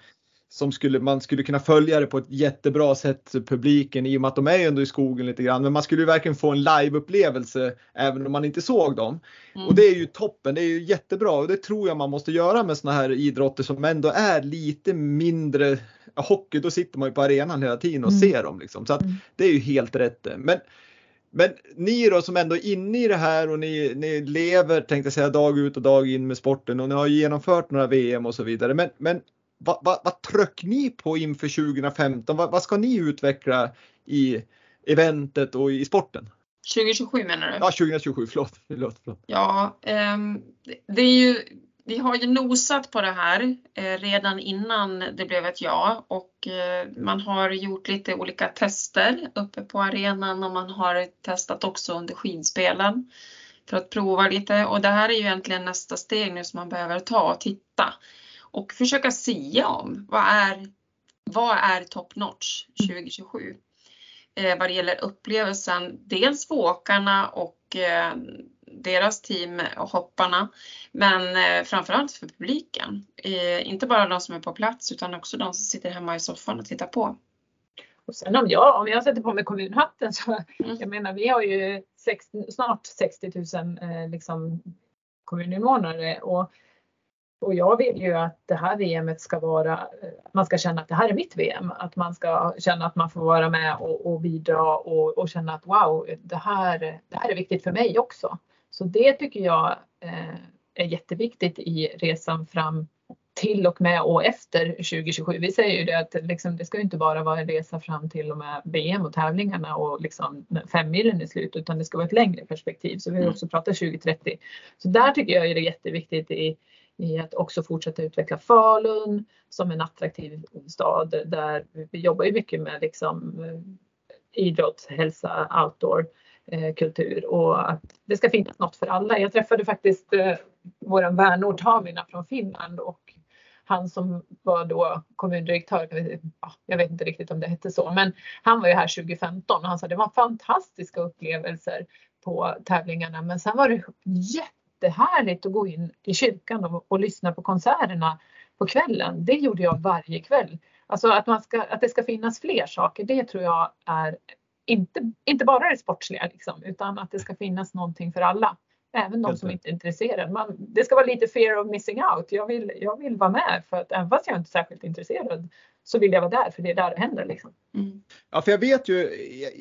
man skulle kunna följa det på ett jättebra sätt, publiken, i och med att de är ändå i skogen lite grann. Men man skulle ju verkligen få en live-upplevelse även om man inte såg dem. Och det är ju toppen, det är ju jättebra, och det tror jag man måste göra med såna här idrotter som ändå är lite mindre. Hockey, då sitter man ju på arenan hela tiden och ser dem liksom. Så att det är ju helt rätt. Men ni då som ändå är inne i det här, och ni lever, tänkte jag säga, dag ut och dag in med sporten, och ni har genomfört några VM och så vidare. Men vad trycker ni på inför 2015? Vad ska ni utveckla i eventet och i sporten? 2027 menar du? Ja, 2027, förlåt. Ja, det är ju, vi har ju nosat på det här redan innan det blev ett ja, och man har gjort lite olika tester uppe på arenan, och man har testat också under skidspelen för att prova lite, och det här är ju egentligen nästa steg nu som man behöver ta och titta. och försöka sia om vad är top notch 2027. Vad det gäller upplevelsen, dels för åkarna och deras team och hopparna, men framförallt för publiken. Inte bara de som är på plats utan också de som sitter hemma i soffan och tittar på. Och sen om jag sätter på mig kommunhatten så, jag menar vi har ju snart 60 000 liksom kommuninvånare och jag vill ju att det här VMet ska vara, man ska känna att det här är mitt VM. Att man ska känna att man får vara med och bidra och känna att wow, det här är viktigt för mig också. Så det tycker jag är jätteviktigt i resan fram till och med och efter 2027. Vi säger ju det att liksom, det ska ju inte bara vara en resa fram till och med VM och tävlingarna och liksom 5 milen i slut, utan det ska vara ett längre perspektiv. Så vi har också pratat 2030. Så där tycker jag är det jätteviktigt i att också fortsätta utveckla Falun som en attraktiv stad där vi jobbar ju mycket med liksom idrott, hälsa, outdoor, kultur och att det ska finnas något för alla. Jag träffade faktiskt våran vänort Hamina från Finland och han som var då kommundirektör, jag vet inte riktigt om det hette så, men han var ju här 2015 och han sa det var fantastiska upplevelser på tävlingarna, men sen var det jättehärligt att gå in i kyrkan och lyssna på konserterna på kvällen. Det gjorde jag varje kväll. Alltså att det ska finnas fler saker, det tror jag är inte bara det sportsliga liksom, utan att det ska finnas någonting för alla. Även de som inte är intresserade. Det ska vara lite fear of missing out. Jag vill vara med för att även fast jag inte är särskilt intresserad så vill jag vara där för det är där det händer liksom. Ja, för jag vet ju,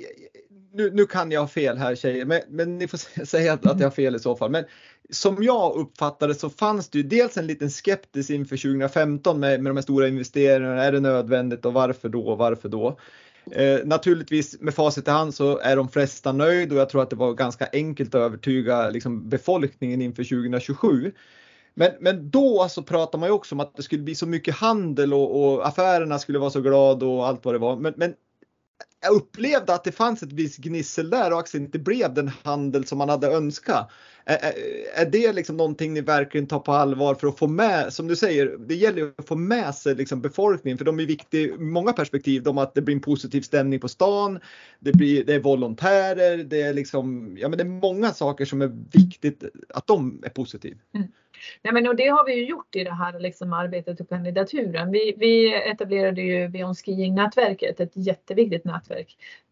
nu kan jag ha fel här tjejer, men ni får säga att jag har fel i så fall. Men som jag uppfattade så fanns det ju dels en liten skeptis inför 2015 med de här stora investeringarna. Är det nödvändigt och varför då? Naturligtvis med facit i hand så är de flesta nöjda och jag tror att det var ganska enkelt att övertyga liksom, befolkningen inför 2027. Men då så pratar man ju också om att det skulle bli så mycket handel och affärerna skulle vara så glada och allt vad det var. Men jag upplevde att det fanns ett visst gnissel där och att det inte blev den handel som man hade önskat. Är det liksom någonting ni verkligen tar på allvar för att få med, som du säger, det gäller ju att få med sig liksom befolkningen för de är viktiga i många perspektiv. De att det blir en positiv stämning på stan, det är volontärer, det är liksom, ja men det är många saker som är viktigt att de är positiva. Nej, men och det har vi ju gjort i det här liksom, arbetet och kandidaturen. Vi etablerade ju Beyond Skiing-nätverket, ett jätteviktigt nätverk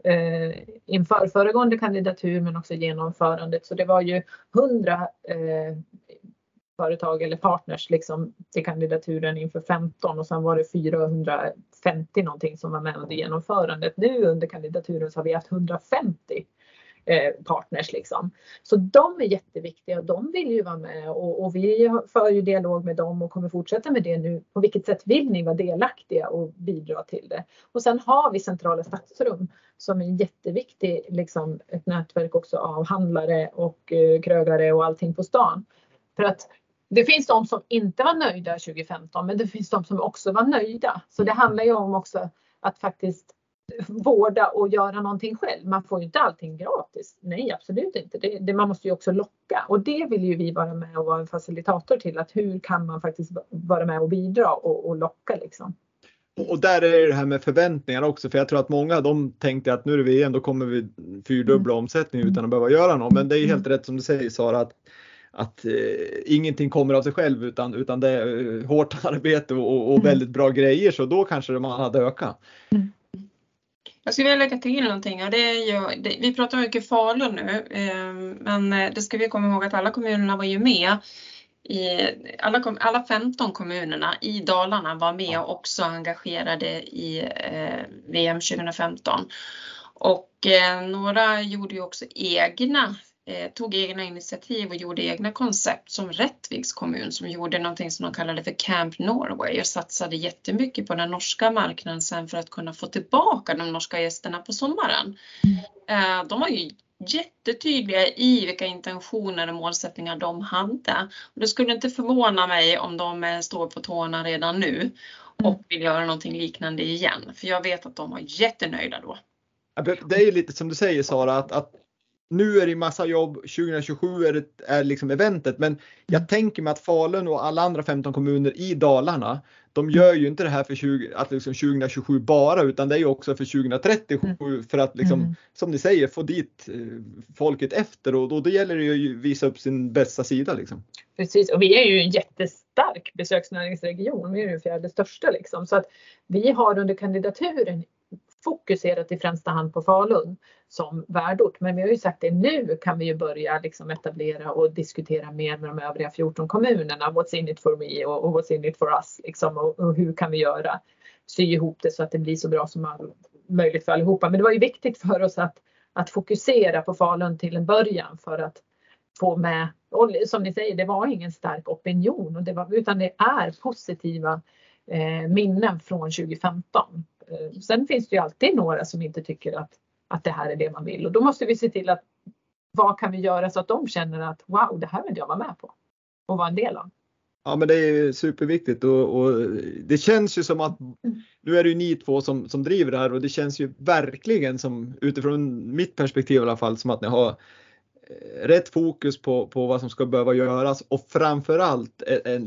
inför föregående kandidatur men också genomförandet. Så det var ju 100 företag eller partners liksom, till kandidaturen inför 15 och sen var det 450 någonting som var med under genomförandet. Nu under kandidaturen så har vi haft 150 partners liksom. Så de är jätteviktiga och de vill ju vara med och vi för ju dialog med dem och kommer fortsätta med det nu. På vilket sätt vill ni vara delaktiga och bidra till det? Och sen har vi centrala stadsrum som är jätteviktigt, liksom ett nätverk också av handlare och krögare och allting på stan. För att det finns de som inte var nöjda 2015 men det finns de som också var nöjda. Så det handlar ju om också att faktiskt vårda och göra någonting själv. Man får ju inte allting gratis. Nej, absolut inte. Man måste ju också locka. Och det vill ju vi vara med och vara en facilitator till. Att hur kan man faktiskt vara med och bidra och locka liksom. Och där är det här med förväntningar också. För jag tror att många de tänkte att nu är det VM, då kommer vi fyrdubbla omsättning utan att behöva göra något. Men det är helt rätt som du säger Sara att ingenting kommer av sig själv utan det är hårt arbete och väldigt bra grejer. Så då kanske man hade ökat. Jag skulle vilja lägga till någonting och det är ju, vi pratar mycket Falun nu men det ska vi komma ihåg att alla kommunerna var ju med i alla 15 kommunerna i Dalarna var med och också engagerade i VM 2015 och några gjorde ju också tog egna initiativ och gjorde egna koncept som Rättviks kommun som gjorde någonting som de kallade för Camp Norway och satsade jättemycket på den norska marknaden sen för att kunna få tillbaka de norska gästerna på sommaren. De var ju jättetydliga i vilka intentioner och målsättningar de hade. Och det skulle inte förvåna mig om de står på tårna redan nu och vill göra någonting liknande igen. För jag vet att de var jättenöjda då. Det är ju lite som du säger Sara att nu är det massa jobb, 2027 är liksom eventet, men jag tänker mig att Falun och alla andra 15 kommuner i Dalarna, de gör ju inte det här för liksom 2027 bara, utan det är ju också för 2037 för att liksom, som ni säger, få dit folket efter, och då gäller det ju att visa upp sin bästa sida liksom. Precis, och vi är ju en jättestark besöksnäringsregion, vi är ju fjärde största liksom, så att vi har under kandidaturen fokuserat i främsta hand på Falun som värdort. Men vi har ju sagt det, nu kan vi ju börja liksom etablera och diskutera mer med de övriga 14 kommunerna. What's in it for me och what's in it for us. Liksom, och hur kan vi göra? Sy ihop det så att det blir så bra som möjligt för allihopa. Men det var ju viktigt för oss att fokusera på Falun till en början för att få med, och som ni säger, det var ingen stark opinion, utan det är positiva minnen från 2015. Sen finns det ju alltid några som inte tycker att det här är det man vill. Och då måste vi se till att vad kan vi göra så att de känner att wow, det här vill jag vara med på och vara en del av. Ja, men det är superviktigt och det känns ju som att nu är det ju ni två som driver det här, och det känns ju verkligen som, utifrån mitt perspektiv i alla fall, som att ni har rätt fokus på vad som ska behöva göras, och framförallt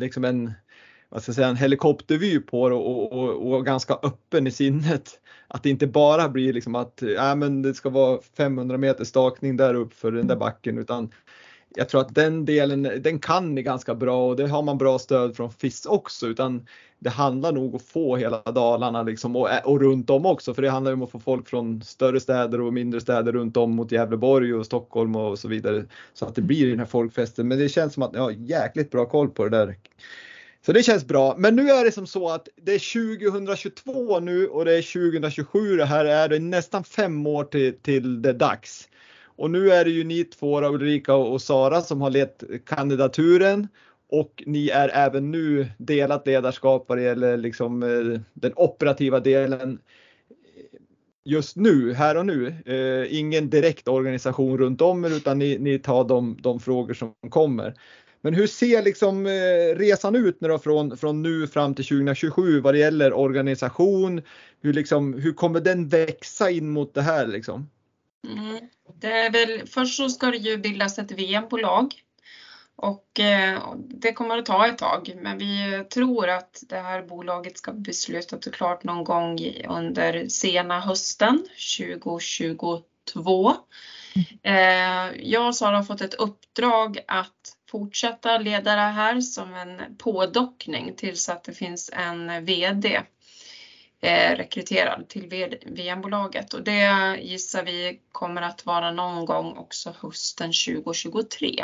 en helikoptervy på det, och ganska öppen i sinnet. Att det inte bara blir liksom att men det ska vara 500 meter stakning där upp för den där backen, utan jag tror att den delen, den kan ni ganska bra, och det har man bra stöd från FIS också, utan det handlar nog att få hela Dalarna liksom, och runt om också, för det handlar om att få folk från större städer och mindre städer runt om mot Gävleborg och Stockholm och så vidare, så att det blir den här folkfesten. Men det känns som att ni har jäkligt bra koll på det där. Så det känns bra. Men nu är det som så att det är 2022 nu och det är 2027. Det här är det nästan 5 år till det dags. Och nu är det ju ni två, Ulrika och Sara, som har lett kandidaturen. Och ni är även nu delat ledarskap vad det gäller liksom, den operativa delen just nu, här och nu. Ingen direkt organisation runt om er, utan ni tar de frågor som kommer. Men hur ser liksom resan ut nu då från nu fram till 2027 vad det gäller organisation? Hur kommer den växa in mot det här liksom? Det är väl, först så ska det ju bildas ett VM-bolag, och det kommer att ta ett tag, men vi tror att det här bolaget ska beslutas och klart någon gång under sena hösten 2022. Jag och Sara har fått ett uppdrag att fortsätta leda det här som en pådockning tills att det finns en vd rekryterad till VM-bolaget, och det gissar vi kommer att vara någon gång också hösten 2023.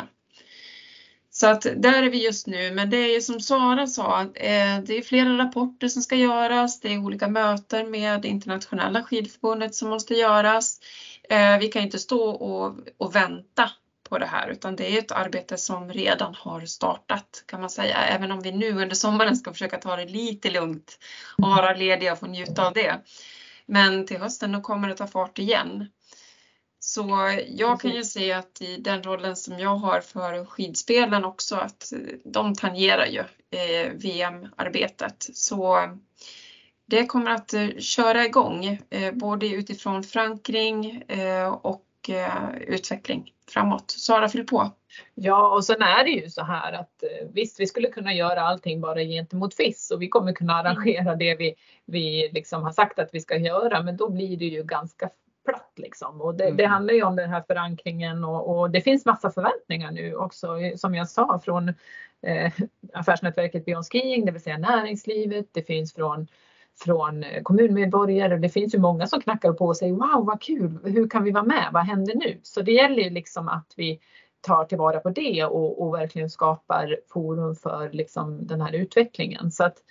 Så att där är vi just nu, men det är ju som Sara sa, det är flera rapporter som ska göras, det är olika möten med internationella skidförbundet som måste göras. Vi kan inte stå och vänta på det här, utan det är ett arbete som redan har startat, kan man säga, även om vi nu under sommaren ska försöka ta det lite lugnt och vara lediga och få njuta av det. Men till hösten då kommer det ta fart igen. Så jag kan ju se att i den rollen som jag har för skidspelen också, att de tangerar ju VM-arbetet. Så det kommer att köra igång både utifrån förankring och utveckling framåt. Sara, fyll på. Ja, och sen är det ju så här att visst, vi skulle kunna göra allting bara gentemot FIS, och vi kommer kunna arrangera det vi liksom har sagt att vi ska göra, men då blir det ju ganska platt liksom. Och det handlar ju om den här förankringen, och det finns massa förväntningar nu också, som jag sa, från affärsnätverket Beyond Skiing, det vill säga näringslivet, det finns från kommunmedborgare, det finns ju många som knackar på och säger wow vad kul, hur kan vi vara med, vad händer nu? Så det gäller ju liksom att vi tar tillvara på det och verkligen skapar forum för liksom den här utvecklingen. Så att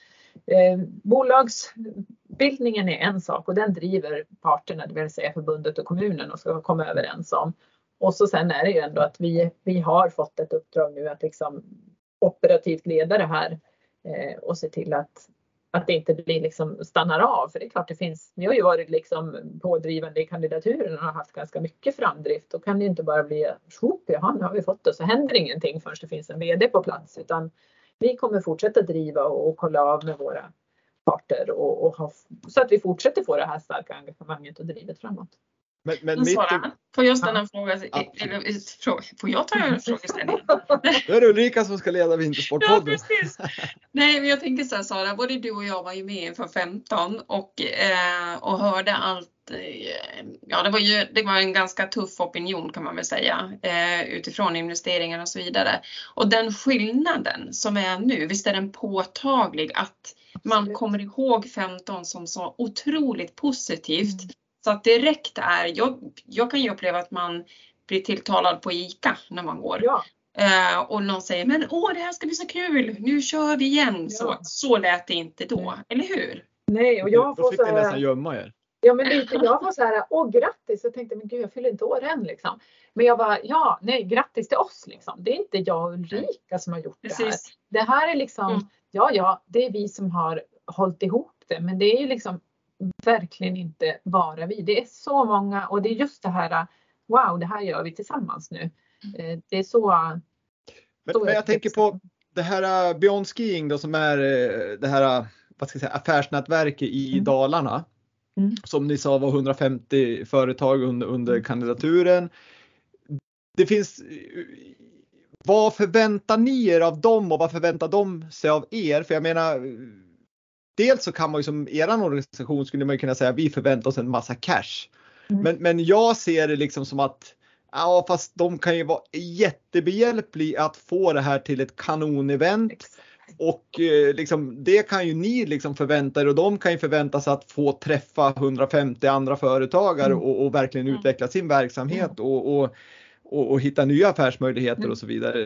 bolagsbildningen är en sak, och den driver parterna, det vill säga förbundet och kommunen, och ska komma överens om. Och så sen är det ju ändå att vi har fått ett uppdrag nu att liksom operativt leda det här och se till att det inte blir liksom stannar av. För det är klart det finns, vi har ju varit liksom pådrivande i kandidaturen och har haft ganska mycket framdrift. Då kan det inte bara bli jaha, nu har vi fått det, så händer ingenting förrän det finns en vd på plats. Utan vi kommer fortsätta driva och kolla av med våra parter och ha, så att vi fortsätter få det här starka engagemanget och drivet framåt. Men Sara, får jag ställa en fråga? Eller, får jag ta en frågeställning? Då är det Ulrika som ska leda Vintersportpodden. Ja, precis. Nej, men jag tänker så här, Sara, både du och jag var ju med inför 15 och hörde allt. Ja, det var en ganska tuff opinion kan man väl säga, utifrån investeringar och så vidare. Och den skillnaden som är nu, visst är den påtaglig att man kommer ihåg 15 som så otroligt positivt. Så att direkt jag kan ju uppleva att man blir tilltalad på ICA när man går. Ja. Och någon säger, men det här ska bli så kul, nu kör vi igen. Ja. Så lät det inte då, eller hur? Nej, och jag Då får fick så ni här, nästan gömma er. ja men lite, jag får så här, grattis. Jag tänkte, men gud, jag fyller inte år än liksom. Men jag bara, nej, grattis till oss liksom. Det är inte jag och Ulrika som har gjort det här. Det här är liksom, det är vi som har hållit ihop det. Men det är ju liksom verkligen inte bara vi. Det är så många, och det är just det här, wow, det här gör vi tillsammans nu. Det är så. Men jag tänker på det här Beyond Skiing då, som är det här, vad ska jag säga, affärsnätverket i Dalarna. Som ni sa var 150 företag under kandidaturen. Det finns, vad förväntar ni er av dem och vad förväntar de sig av er? För jag menar, dels så kan man ju som eran organisation skulle man kunna säga vi förväntar oss en massa cash. Men jag ser det liksom som att fast de kan ju vara jättebehjälpliga att få det här till ett kanonevent. Exakt. Och liksom, det kan ju ni liksom förvänta er, och de kan ju förvänta sig att få träffa 150 andra företagare och verkligen utveckla sin verksamhet och hitta nya affärsmöjligheter och så vidare.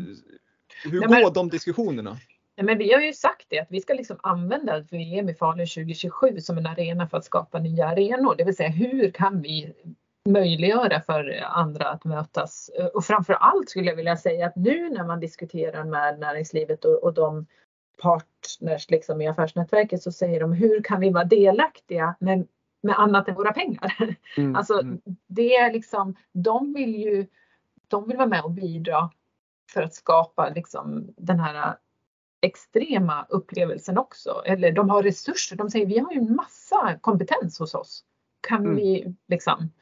Hur går de diskussionerna? Men vi har ju sagt det, att vi ska liksom använda VM i Falun 2027 som en arena för att skapa nya arenor. Det vill säga, hur kan vi möjliggöra för andra att mötas? Och framförallt skulle jag vilja säga att nu när man diskuterar med näringslivet och de partners liksom i affärsnätverket, så säger de, hur kan vi vara delaktiga med annat än våra pengar? Alltså det är liksom, de vill vara med och bidra för att skapa liksom den här extrema upplevelsen också. Eller de har resurser, de säger, vi har ju en massa kompetens hos oss. Kan vi liksom,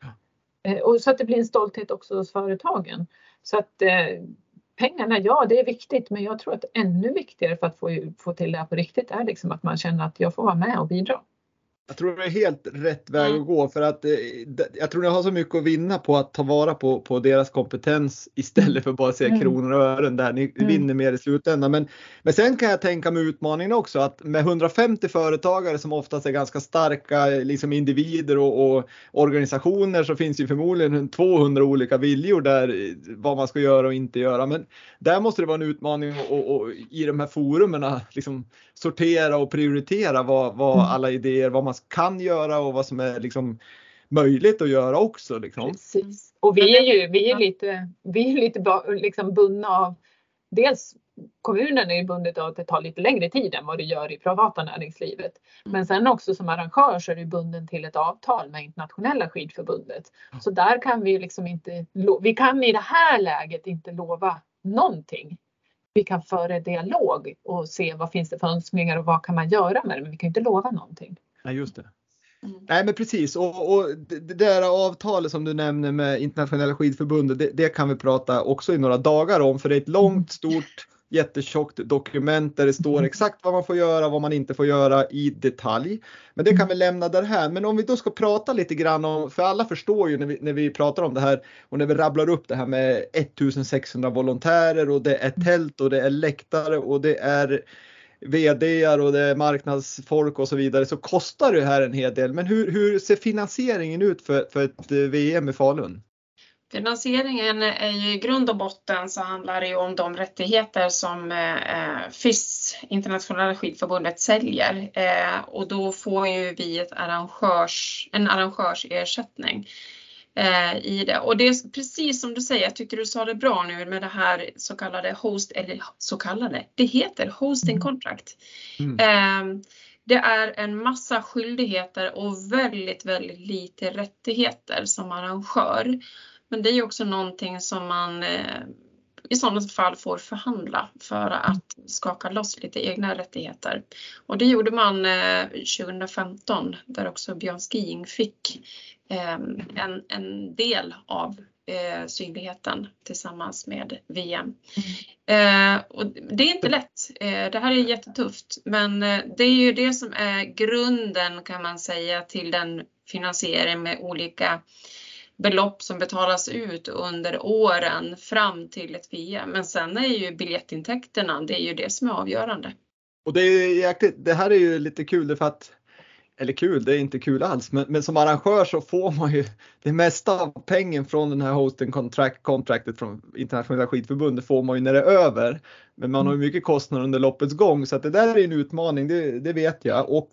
och så att det blir en stolthet också hos företagen. Så att pengarna, det är viktigt, men jag tror att ännu viktigare för att få till det här på riktigt är liksom att man känner att jag får vara med och bidra. Jag tror det är helt rätt väg att gå, för att jag tror ni har så mycket att vinna på att ta vara på deras kompetens istället för bara att se kronor och ören där ni vinner mer i slutändan. Men sen kan jag tänka mig utmaningen också, att med 150 företagare som oftast är ganska starka liksom individer och organisationer, så finns ju förmodligen 200 olika viljor där vad man ska göra och inte göra. Men där måste det vara en utmaning och i de här forumerna liksom sortera och prioritera vad alla idéer, vad man kan göra och vad som är liksom möjligt att göra också liksom. Precis. Och vi är lite liksom bundna av, dels kommunen är ju bundet av att det tar lite längre tid än vad det gör i privata näringslivet. Men sen också som arrangör så är det bunden till ett avtal med internationella skidförbundet. Så där kan vi liksom inte, vi kan i det här läget inte lova någonting. Vi kan föra dialog och se vad finns det för önskningar och vad kan man göra med det. Men vi kan inte lova någonting. Nej, just det. Nej, men precis. Och det där avtalet som du nämner med internationella skidförbundet, det kan vi prata också i några dagar om. För det är ett långt, stort, jättetjockt dokument där det står exakt vad man får göra, vad man inte får göra i detalj. Men det kan vi lämna där här. Men om vi då ska prata lite grann om, för alla förstår ju när vi pratar om det här och när vi rabblar upp det här med 1600 volontärer och det är tält och det är läktare och det är vd:ar och det är marknadsfolk och så vidare, så kostar det här en hel del. Men hur ser finansieringen ut för ett VM i Falun? Finansieringen är ju i grund och botten, så handlar det ju om de rättigheter som FIS, Internationella skidförbundet, säljer. Och då får ju vi en arrangörsersättning i det. Och det är precis som du säger, jag tyckte du sa det bra nu med det här det heter hosting contract. Det är en massa skyldigheter och väldigt, väldigt lite rättigheter som arrangör. Men det är ju också någonting som man i sådana fall får förhandla för att skaka loss lite egna rättigheter. Och det gjorde man 2015 där också Beyond Skiing fick en del av synligheten tillsammans med VM. Och det är inte lätt. Det här är jättetufft, men det är ju det som är grunden kan man säga till den finansiering med olika belopp som betalas ut under åren fram till ett VM. Men sen är ju biljettintäkterna, det är ju det som är avgörande. Och det här är ju lite kul för att, eller kul, det är inte kul alls, men som arrangör så får man ju det mesta av pengen från den här hosting contractet från Internationella skidförbundet får man ju när det är över. Men man har ju mycket kostnader under loppets gång, så att det där är en utmaning, det vet jag. Och,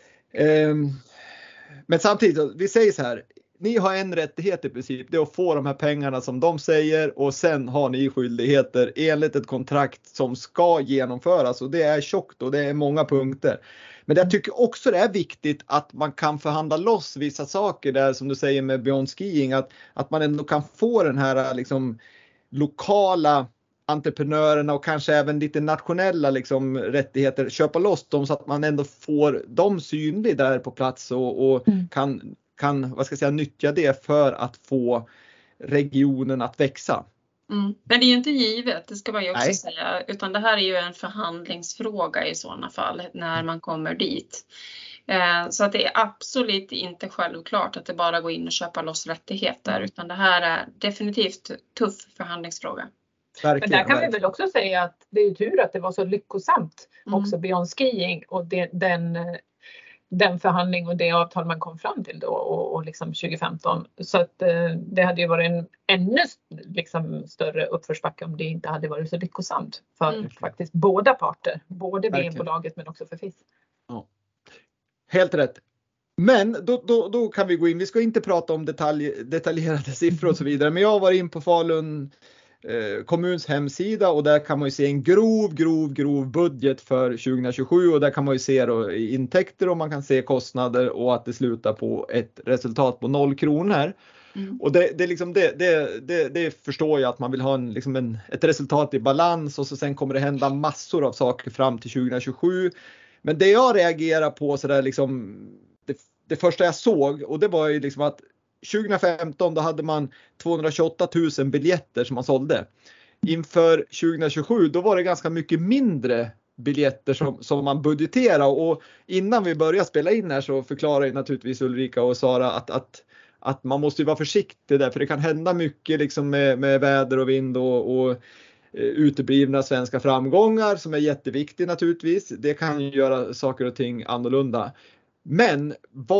men samtidigt, vi säger så här, ni har en rättighet i princip, det är att få de här pengarna som de säger, och sen har ni skyldigheter enligt ett kontrakt som ska genomföras, och det är tjockt och det är många punkter. Men jag tycker också det är viktigt att man kan förhandla loss vissa saker där, som du säger med Beyond Skiing, att man ändå kan få den här liksom lokala entreprenörerna och kanske även lite nationella liksom rättigheter, köpa loss dem så att man ändå får dem synliga där på plats och kan vad ska jag säga, nyttja det för att få regionen att växa. Men det är ju inte givet, det ska man ju också säga, utan det här är ju en förhandlingsfråga i sådana fall när man kommer dit. Så att det är absolut inte självklart att det bara går in och köpa loss rättigheter, utan det här är definitivt tuff förhandlingsfråga. Men där kan vi väl också säga att det är tur att det var så lyckosamt också Beyond Skiing och den förhandling och det avtal man kom fram till då och liksom 2015. Så att det hade ju varit en ännu liksom större uppförsbacke om det inte hade varit så lyckosamt för faktiskt båda parter. Både VM-bolaget men också för FIS. Ja. Helt rätt. Men då kan vi gå in. Vi ska inte prata om detaljerade siffror och så vidare. Men jag har varit in på Falun kommuns hemsida och där kan man ju se en grov budget för 2027 och där kan man ju se då intäkter och man kan se kostnader och att det slutar på ett resultat på 0 kronor. Och det förstår jag att man vill ha ett resultat i balans och så sen kommer det hända massor av saker fram till 2027. Men det jag reagerar på så där liksom det första jag såg, och det var ju liksom att 2015 då hade man 228 000 biljetter som man sålde. Inför 2027 då var det ganska mycket mindre biljetter som man budgeterade, och innan vi började spela in här så förklarar naturligtvis Ulrika och Sara att man måste ju vara försiktig där, för det kan hända mycket liksom med väder och vind och uteblivna svenska framgångar som är jätteviktigt naturligtvis. Det kan ju göra saker och ting annorlunda. Men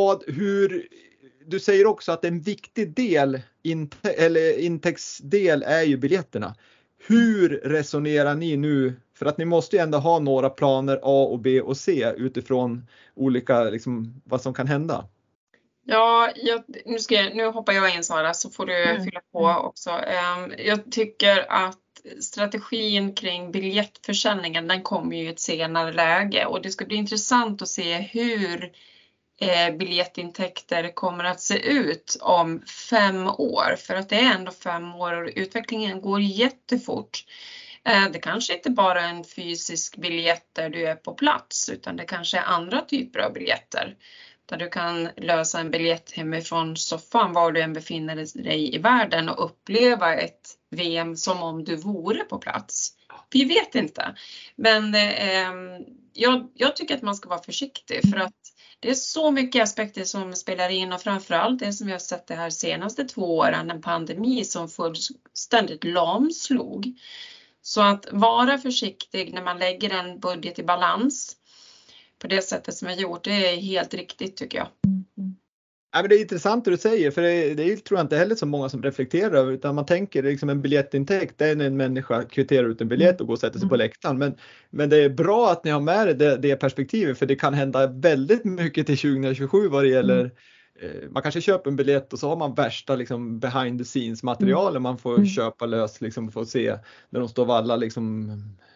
du säger också att en viktig del intäktsdel är ju biljetterna. Hur resonerar ni nu? För att ni måste ju ändå ha några planer A och B och C utifrån olika liksom, vad som kan hända. Ja, nu hoppar jag in Sara så får du fylla på också. Jag tycker att strategin kring biljettförsäljningen den kommer ju i ett senare läge och det ska bli intressant att se hur biljettintäkter kommer att se ut om 5 år. För att det är ändå 5 år och utvecklingen går jättefort. Det kanske inte bara är en fysisk biljett där du är på plats utan det kanske är andra typer av biljetter. Där du kan lösa en biljett hemifrån soffan var du än befinner dig i världen och uppleva ett VM som om du vore på plats. Vi vet inte. Men jag tycker att man ska vara försiktig för att det är så mycket aspekter som spelar in och framförallt det som vi har sett de här senaste 2 åren, en pandemi som fullständigt lamslog. Så att vara försiktig när man lägger en budget i balans på det sättet som jag gjort, det är helt riktigt tycker jag. Ja, men det är intressant det du säger, för det tror jag inte heller så många som reflekterar över, utan man tänker liksom en biljettintäkt, det är när en människa kvitterar ut en biljett och går och sätter sig på läktaren. Men det är bra att ni har med det perspektivet, för det kan hända väldigt mycket till 2027 vad det gäller. Man kanske köper en biljett och så har man värsta liksom behind the scenes material man får köpa lös liksom, för att se när de står valla liksom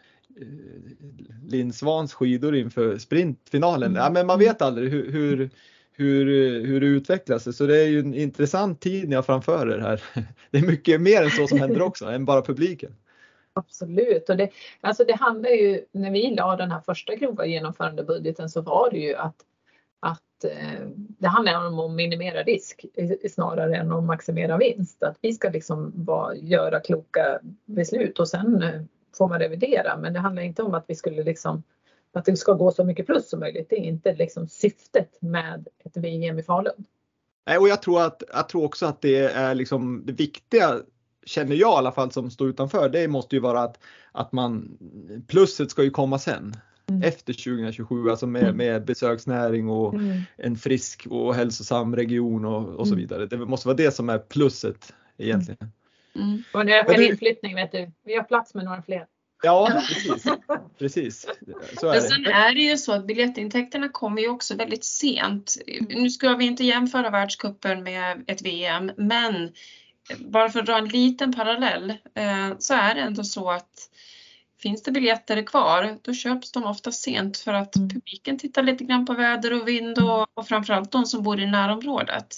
Linn Svans skidor inför sprintfinalen. Ja, men man vet aldrig hur det utvecklas. Så det är ju en intressant tid ni har framför er här. Det är mycket mer än så som händer också, än bara publiken. Absolut. Och det handlar ju, när vi la den här första grova genomförande budgeten så var det ju att det handlar om att minimera risk snarare än att maximera vinst. Att vi ska liksom göra kloka beslut och sen får man revidera. Men det handlar inte om att vi skulle liksom, att det ska gå så mycket plus som möjligt. Det är inte liksom syftet med ett VM i Falun. Nej, och jag tror också att det är liksom det viktiga, känner jag i alla fall som står utanför, det måste ju vara att man, plusset ska ju komma sen. Efter 2027, alltså med besöksnäring och en frisk och hälsosam region och så vidare. Det måste vara det som är plusset egentligen. Och det är en inflyttning, vet du. Vi har plats med några fler. Ja, precis. Så är det. Sen är det ju så att biljettintäkterna kommer ju också väldigt sent. Nu ska vi inte jämföra världscupen med ett VM, men bara för att dra en liten parallell så är det ändå så att finns det biljetter kvar, då köps de ofta sent för att publiken tittar lite grann på väder och vind och framförallt de som bor i närområdet.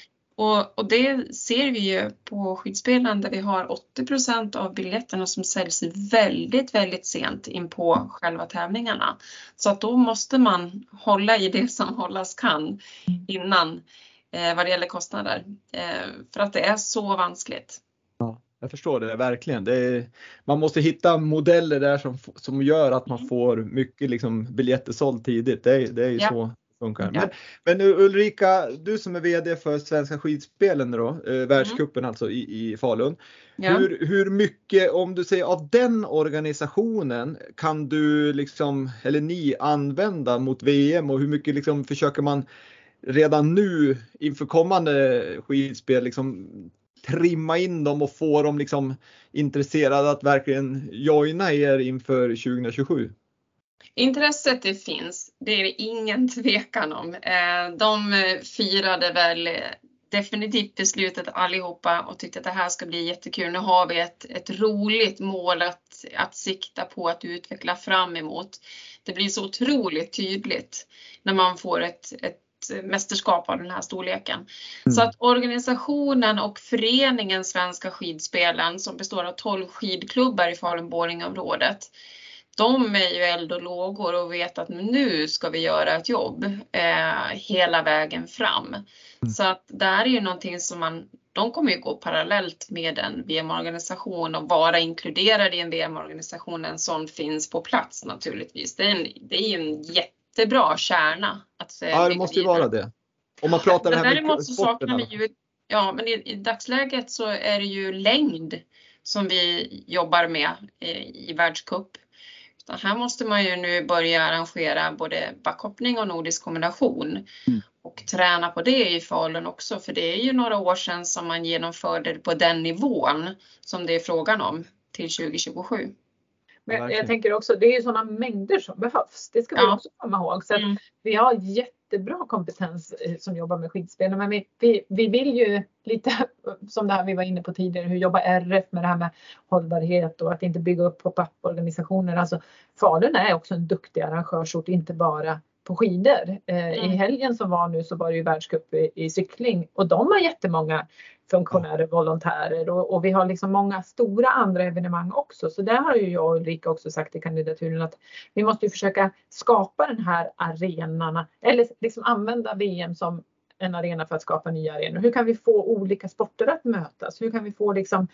Och det ser vi ju på skidspelen där vi har 80% av biljetterna som säljs väldigt, väldigt sent in på själva tävlingarna. Så att då måste man hålla i det som hållas kan innan vad det gäller kostnader. För att det är så vanskligt. Ja, jag förstår det verkligen. Man måste hitta modeller där som gör att man får mycket liksom biljetter såld tidigt. Det är ju så det funkar. Ja. Men Ulrika, du som är vd för Svenska skidspelen då, världscupen alltså i Falun. Ja. Hur mycket, om du säger av den organisationen, kan du liksom, eller ni använda mot VM, och hur mycket liksom försöker man redan nu inför kommande skidspel liksom trimma in dem och få dem liksom intresserade att verkligen joina er inför 2027? Intresset det finns, det är ingen tvekan om. De firade väl definitivt beslutet allihopa och tyckte att det här ska bli jättekul. Nu har vi ett roligt mål att sikta på att utveckla fram emot. Det blir så otroligt tydligt när man får ett mästerskap av den här storleken. Så att organisationen och föreningen Svenska skidspelen, som består av 12 skidklubbar i Falun-Borlängeområdet, de är ju eld och lågor och vet att nu ska vi göra ett jobb hela vägen fram. Så att det här är ju någonting som de kommer ju gå parallellt med en VM-organisation och vara inkluderade i en VM-organisation som finns på plats naturligtvis. Det är ju en jättebra kärna. Ja, det måste ju vara det. Om man pratar det här med sporten. Ja, men i dagsläget så är det ju längd som vi jobbar med i världscup. Här måste man ju nu börja arrangera både backhoppning och nordisk kombination. Och träna på det i Falun också. För det är ju några år sedan som man genomförde på den nivån som det är frågan om till 2027. Men jag tänker också, det är ju sådana mängder som behövs. Det ska vi också komma ihåg. Så att vi har jättebra kompetens som jobbar med skidspel. Men vi vill ju lite, som det här vi var inne på tidigare, hur jobbar RF med det här med hållbarhet och att inte bygga upp pop-up-organisationer. Alltså Falun är också en duktig arrangörsort, inte bara på skidor. I helgen som var nu så var det ju världscup i cykling och de har jättemånga funktionärer, volontärer och vi har liksom många stora andra evenemang också. Så där har ju jag och Ulrika också sagt i kandidaturen att vi måste ju försöka skapa den här arenan eller liksom använda VM som en arena för att skapa nya arenor. Hur kan vi få olika sporter att mötas? Hur kan vi få liksom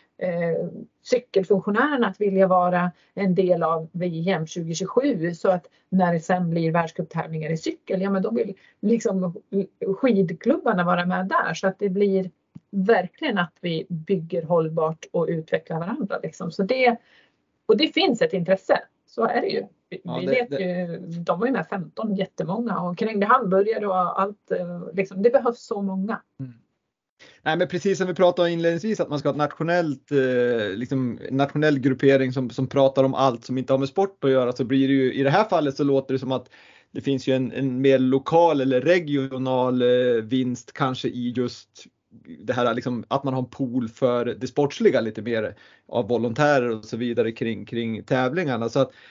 cykelfunktionärerna att vilja vara en del av VM 2027 så att när det sen blir världscuptävlingar i cykel, ja men då vill liksom skidklubbarna vara med där så att det blir verkligen att vi bygger hållbart och utvecklar varandra liksom. Så det finns ett intresse, så är det ju. Vi vet ju, de var ju med 15 jättemånga och krängde hamburgare och allt liksom, det behövs så många. Nej, men precis som vi pratade inledningsvis att man ska ha ett nationellt, nationell gruppering som pratar om allt som inte har med sport att göra, så blir det ju i det här fallet så låter det som att det finns ju en mer lokal eller regional vinst kanske i just det här liksom, att man har en pool för det sportsliga lite mer av volontärer och så vidare kring tävlingarna. Så att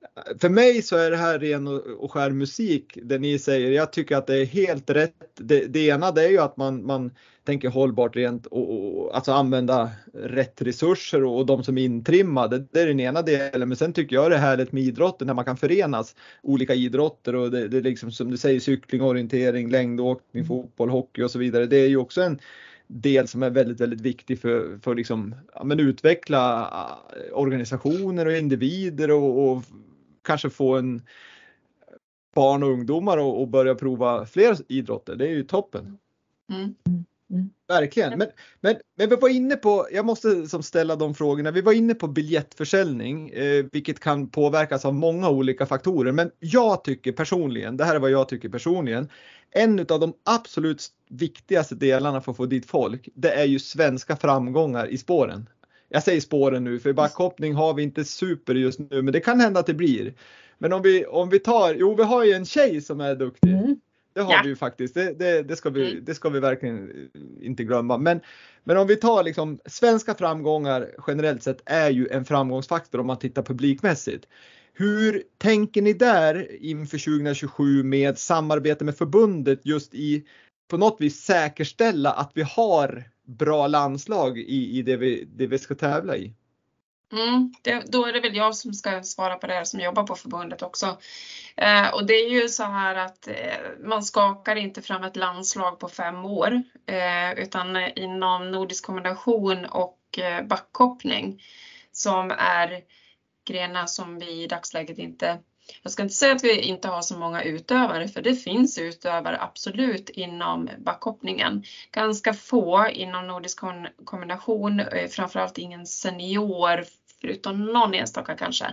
för mig så är det här ren och skär musik, det ni säger. Jag tycker att det är helt rätt. Det ena det är ju att man tänker hållbart rent och alltså använda rätt resurser och de som är intrimmade. Det är den ena delen. Men sen tycker jag det är härligt med idrotten när man kan förenas olika idrotter och det är liksom som du säger cykling, orientering, längdåkning, fotboll, hockey och så vidare. Det är ju också en del som är väldigt, väldigt viktig för liksom, utveckla organisationer och individer och kanske få en barn och ungdomar och börja prova fler idrotter. Det är ju toppen. Verkligen. Men vi var inne på, jag måste ställa de frågorna. Vi var inne på biljettförsäljning, vilket kan påverkas av många olika faktorer. Men jag tycker personligen, det här är vad jag tycker personligen, en av de absolut viktigaste delarna för att få dit folk, det är ju svenska framgångar i spåren. Jag säger spåren nu, för backhoppning har vi inte super just nu, men det kan hända att det blir. Men om vi tar, vi har ju en tjej som är duktig. Det har vi ju faktiskt, det ska vi verkligen inte glömma. Men om vi tar liksom, svenska framgångar generellt sett är ju en framgångsfaktor om man tittar publikmässigt. Hur tänker ni där inför 2027 med samarbete med förbundet just i på något vis säkerställa att vi har bra landslag i det vi ska tävla i? Då är det väl jag som ska svara på det här som jobbar på förbundet också. Och det är ju så här att man skakar inte fram ett landslag på 5 år. Utan inom nordisk kombination och backhoppning som är grenar som vi i dagsläget inte... Jag ska inte säga att vi inte har så många utövare, för det finns utövare absolut inom backhoppningen. Ganska få inom nordisk kombination, framförallt ingen senior, förutom någon enstaka kanske.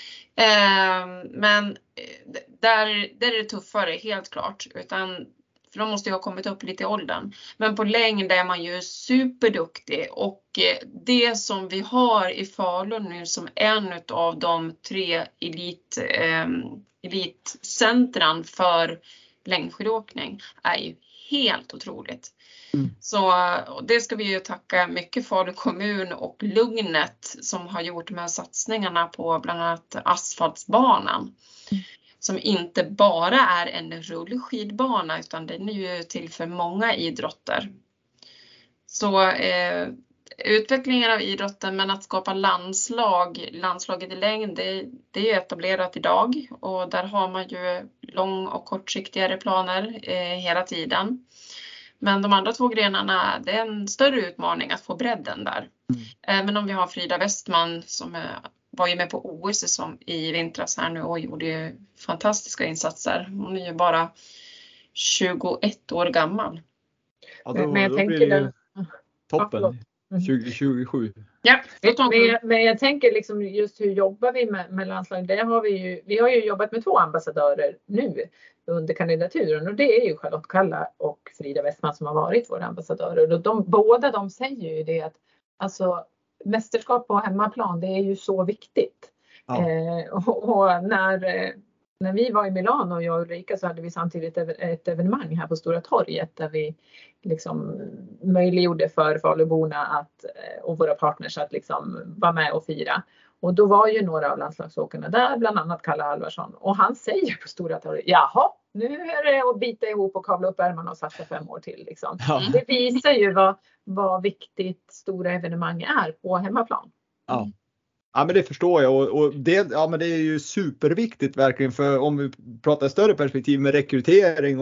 Men där är det tuffare, helt klart. För de måste ju ha kommit upp lite i åldern. Men på längd är man ju superduktig. Och det som vi har i Falun nu som en av de 3 elitcentran för längdskidåkning är ju helt otroligt. Så det ska vi ju tacka mycket Falu kommun och Lugnet som har gjort de här satsningarna på bland annat asfaltsbanan. Som inte bara är en rullskidbana utan den är ju till för många idrotter. Så utvecklingen av idrotten, men att skapa landslaget i längd, det är ju etablerat idag. Och där har man ju lång- och kortsiktigare planer hela tiden. Men de andra 2 grenarna, det är en större utmaning att få bredden där. Men om vi har Frida Westman som var ju med på OS i vintras här nu och gjorde ju fantastiska insatser. Hon är ju bara 21 år gammal. Ja, men jag tänker blir det toppen. 2027. Ja, men jag tänker liksom just hur jobbar vi med landslaget? Vi har ju jobbat med 2 ambassadörer nu under kandidaturen, och det är ju Charlotte Kalla och Frida Westman som har varit våra ambassadörer. Och båda de säger ju det att alltså, mästerskap på hemmaplan, det är ju så viktigt. Ja. Och när vi var i Milano och jag och Ulrika, så hade vi samtidigt ett evenemang här på Stora torget där vi liksom möjliggjorde för Faluborna och våra partners att liksom vara med och fira. Och då var ju några av landslagsåkarna där, bland annat Kalle Halvarsson. Och han säger på Stora torget, jaha, nu är det att bita ihop och kavla upp ärmarna och satsa 5 år till. Liksom. Ja. Det visar ju vad viktigt stora evenemang är på hemmaplan. Ja. Ja, men det förstår jag och men det är ju superviktigt verkligen, för om vi pratar större perspektiv med rekrytering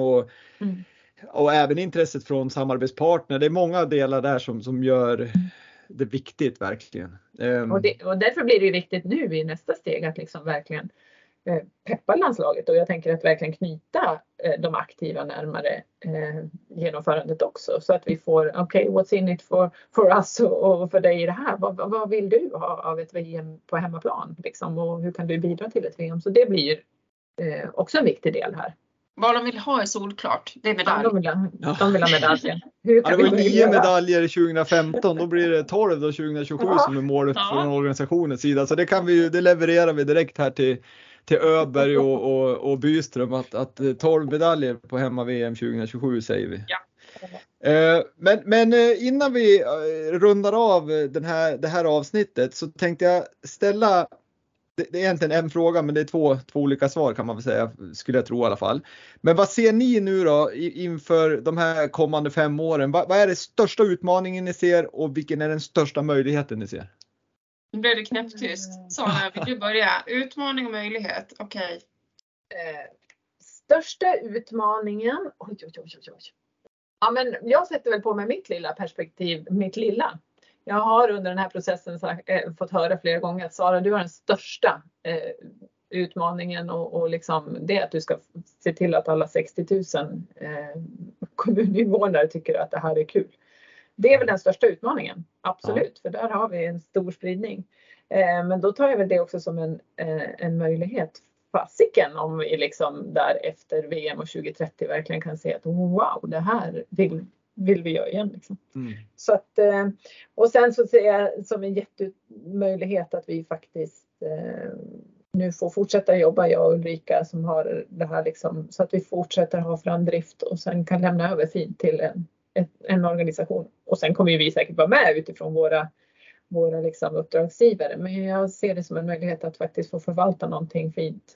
och även intresset från samarbetspartner. Det är många delar där som gör det viktigt verkligen. Och därför blir det ju viktigt nu i nästa steg att liksom verkligen peppa landslaget, och jag tänker att verkligen knyta de aktiva närmare genomförandet också, så att vi får what's in it for us och för dig i det här. Vad vill du ha av ett VM på hemmaplan liksom, och hur kan du bidra till ett VM? Så det blir ju också en viktig del här. Vad de vill ha är solklart. Det är medalj. De vill ha medaljer. Det var 9 medaljer 2015. Då blir det 12 då 2027 som är målet från organisationens sida. Så det levererar vi direkt här till Öberg och Byström att 12 medaljer på hemma-VM 2027 säger vi. Ja. Men innan vi rundar av det här avsnittet så tänkte jag ställa det är egentligen en fråga, men det är två olika svar kan man väl säga, skulle jag tro i alla fall. Men vad ser ni nu då inför de här kommande 5 åren? Vad är det största utmaningen ni ser och vilken är den största möjligheten ni ser? Nu blev det knäpptyst. Sara, vill du börja? Utmaning och möjlighet, okej. Största utmaningen, oj. Ja, men jag sätter väl på mig mitt lilla perspektiv, Jag har under den här processen fått höra flera gånger att Sara, du har den största utmaningen och liksom det att du ska se till att alla 60 000 kommuninvånare tycker att det här är kul. Det är väl den största utmaningen, absolut, för där har vi en stor spridning. Men då tar jag väl det också som en möjlighet. Fasiken om vi liksom där efter VM och 2030 verkligen kan se att wow, det här vill vi göra igen. Liksom. Så att, och sen så ser jag som en jättemöjlighet att vi faktiskt nu får fortsätta jobba, jag och Ulrika som har det här liksom, så att vi fortsätter ha framdrift och sen kan lämna över fint till en organisation. Och sen kommer vi säkert vara med utifrån våra liksom uppdragsgivare. Men jag ser det som en möjlighet att faktiskt få förvalta någonting fint.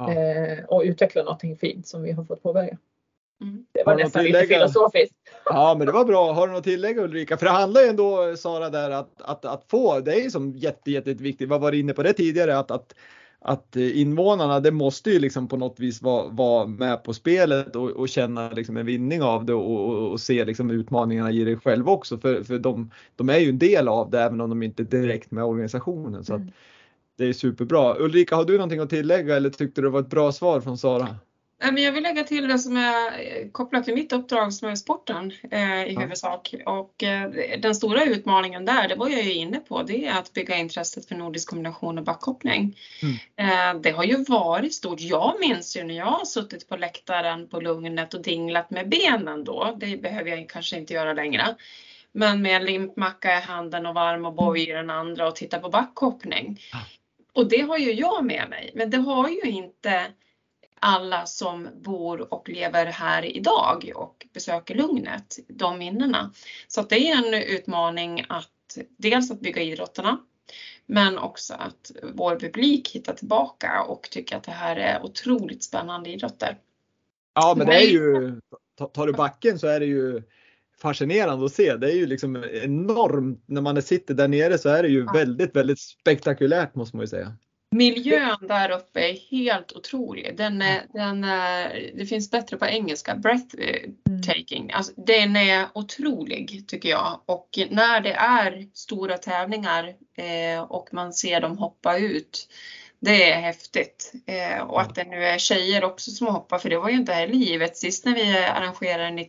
Och utveckla någonting fint som vi har fått påbörja. Det var nästan lite filosofiskt. Ja, men det var bra. Har du något tillägg, Ulrika? För det handlar ju ändå, Sara, där att få, det är ju som jätteviktigt. Vad var inne på det tidigare? Att invånarna, det måste ju liksom på något vis vara med på spelet och känna liksom en vinning av det och se liksom utmaningarna i det själv också. För de är ju en del av det även om de inte är direkt med organisationen. Så att det är superbra. Ulrika, har du någonting att tillägga eller tyckte det var ett bra svar från Sara? Men jag vill lägga till det som är kopplat till mitt uppdrag som är sporten i huvudsak. Och den stora utmaningen där, det var jag ju inne på, det är att bygga intresset för nordisk kombination och backhoppning. Det har ju varit stort. Jag minns ju när jag har suttit på läktaren på Lugnet och dinglat med benen då. Det behöver jag kanske inte göra längre. Men med en limpmacka i handen och varm och boj i den andra och titta på backhoppning. Och det har ju jag med mig. Men det har ju inte alla som bor och lever här idag och besöker Lugnet, de minnena. Så att det är en utmaning att dels att bygga idrotterna, men också att vår publik hittar tillbaka och tycker att det här är otroligt spännande idrotter. Ja, men det är ju, tar du backen så är det ju fascinerande att se. Det är ju liksom enormt, när man sitter där nere så är det ju väldigt, väldigt spektakulärt måste man ju säga. Miljön där uppe är helt otrolig. Det finns bättre på engelska. Breathtaking. Alltså, den är otrolig tycker jag. Och när det är stora tävlingar och man ser dem hoppa ut. Det är häftigt. Och att det nu är tjejer också som hoppar. För det var ju inte här livet. Sist när vi arrangerade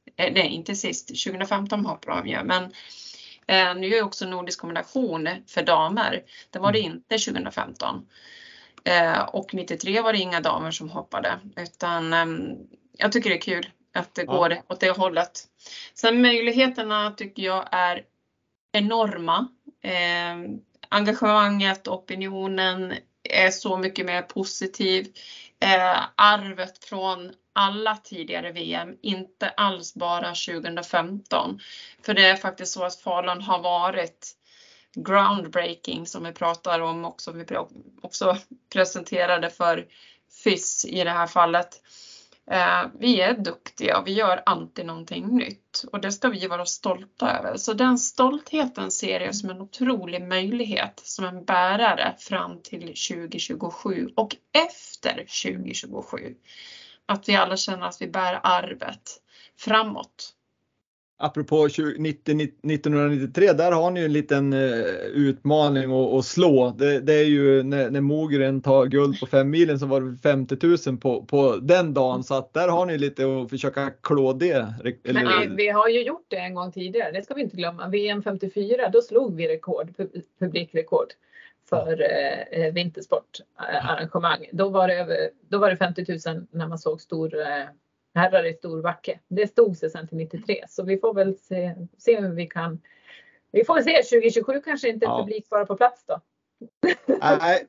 2015 hoppade de ju. Men nu är också nordisk kombination för damer. Det var det inte 2015. Och 93 var det inga damer som hoppade. Utan jag tycker det är kul att det går åt det hållet. Sen möjligheterna tycker jag är enorma. Engagemanget, opinionen är så mycket mer positiv. Arvet från alla tidigare VM, inte alls bara 2015. För det är faktiskt så att Falun har varit groundbreaking som vi pratar om också. Vi också presenterade för FIS i det här fallet. Vi är duktiga och vi gör alltid någonting nytt. Och det ska vi vara stolta över. Så den stoltheten ser jag som en otrolig möjlighet. Som en bärare fram till 2027 och efter 2027. Att vi alla känner att vi bär arvet framåt. Apropå 1993, där har ni ju en liten utmaning att slå. Det är ju när Mogren tar guld på 5 milen så var det 50 000 på den dagen. Så att där har ni lite att försöka klå det. Men vi har ju gjort det en gång tidigare, det ska vi inte glömma. VM 54, då slog vi publikrekord för vintersportarrangemang. Då var det 50 000 när man såg herrar i stor backe. Det stod sig sen till 93. Så vi får väl se hur vi kan. Vi får se 2027 kanske inte publik bara på plats då.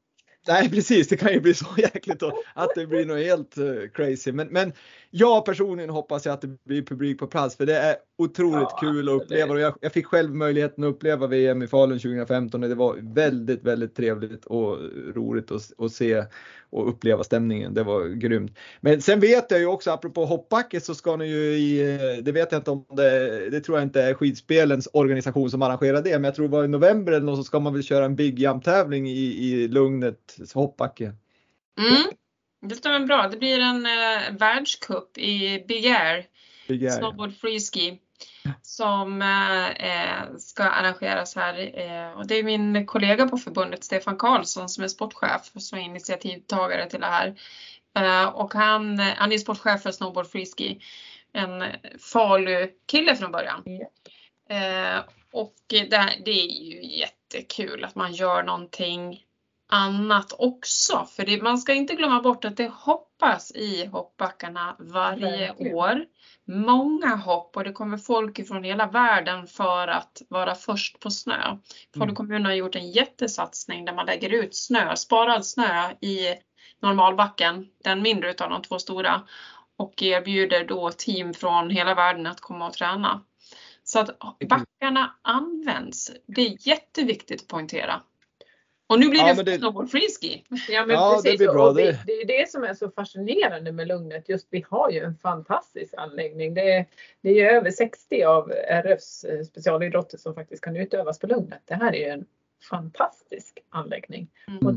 Nej, precis. Det kan ju bli så jäkligt att det blir något helt crazy. Men jag personligen hoppas att det blir publik på plats. För det är otroligt kul att uppleva. Och jag fick själv möjligheten att uppleva VM i Falun 2015. Och det var väldigt, väldigt trevligt och roligt att se och uppleva stämningen. Det var grymt. Men sen vet jag ju också, apropå hoppbacke, så ska ni ju det vet jag inte om det tror jag inte är skidspelens organisation som arrangerar det. Men jag tror det var i november eller något, så ska man väl köra en Big Jump-tävling i Lugnet hoppbacke. Det stämmer bra. Det blir en världscup i Big Air. Snowboard freeski. Som ska arrangeras här. Och det är min kollega på förbundet, Stefan Karlsson, som är sportchef och som är initiativtagare till det här. Och han är sportchef för snowboard freeski. En Falu-kille från början. Och det är ju jättekul att man gör någonting annat också. För man ska inte glömma bort att det hoppas i hoppbackarna varje år. Många hopp, och det kommer folk från hela världen för att vara först på snö. Falu kommun har gjort en jättesatsning där man lägger ut sparad snö i normalbacken, den mindre utav de två stora, och erbjuder då team från hela världen att komma och träna. Så att backarna används. Det är jätteviktigt att poängtera. Och nu blir det snowboard freeski. Ja, men precis. Det blir bra. Det är det som är så fascinerande med Lugnet. Just vi har ju en fantastisk anläggning. Det är ju över 60 av RFs specialidrotter som faktiskt kan utövas på Lugnet. Det här är ju en fantastisk anläggning. Och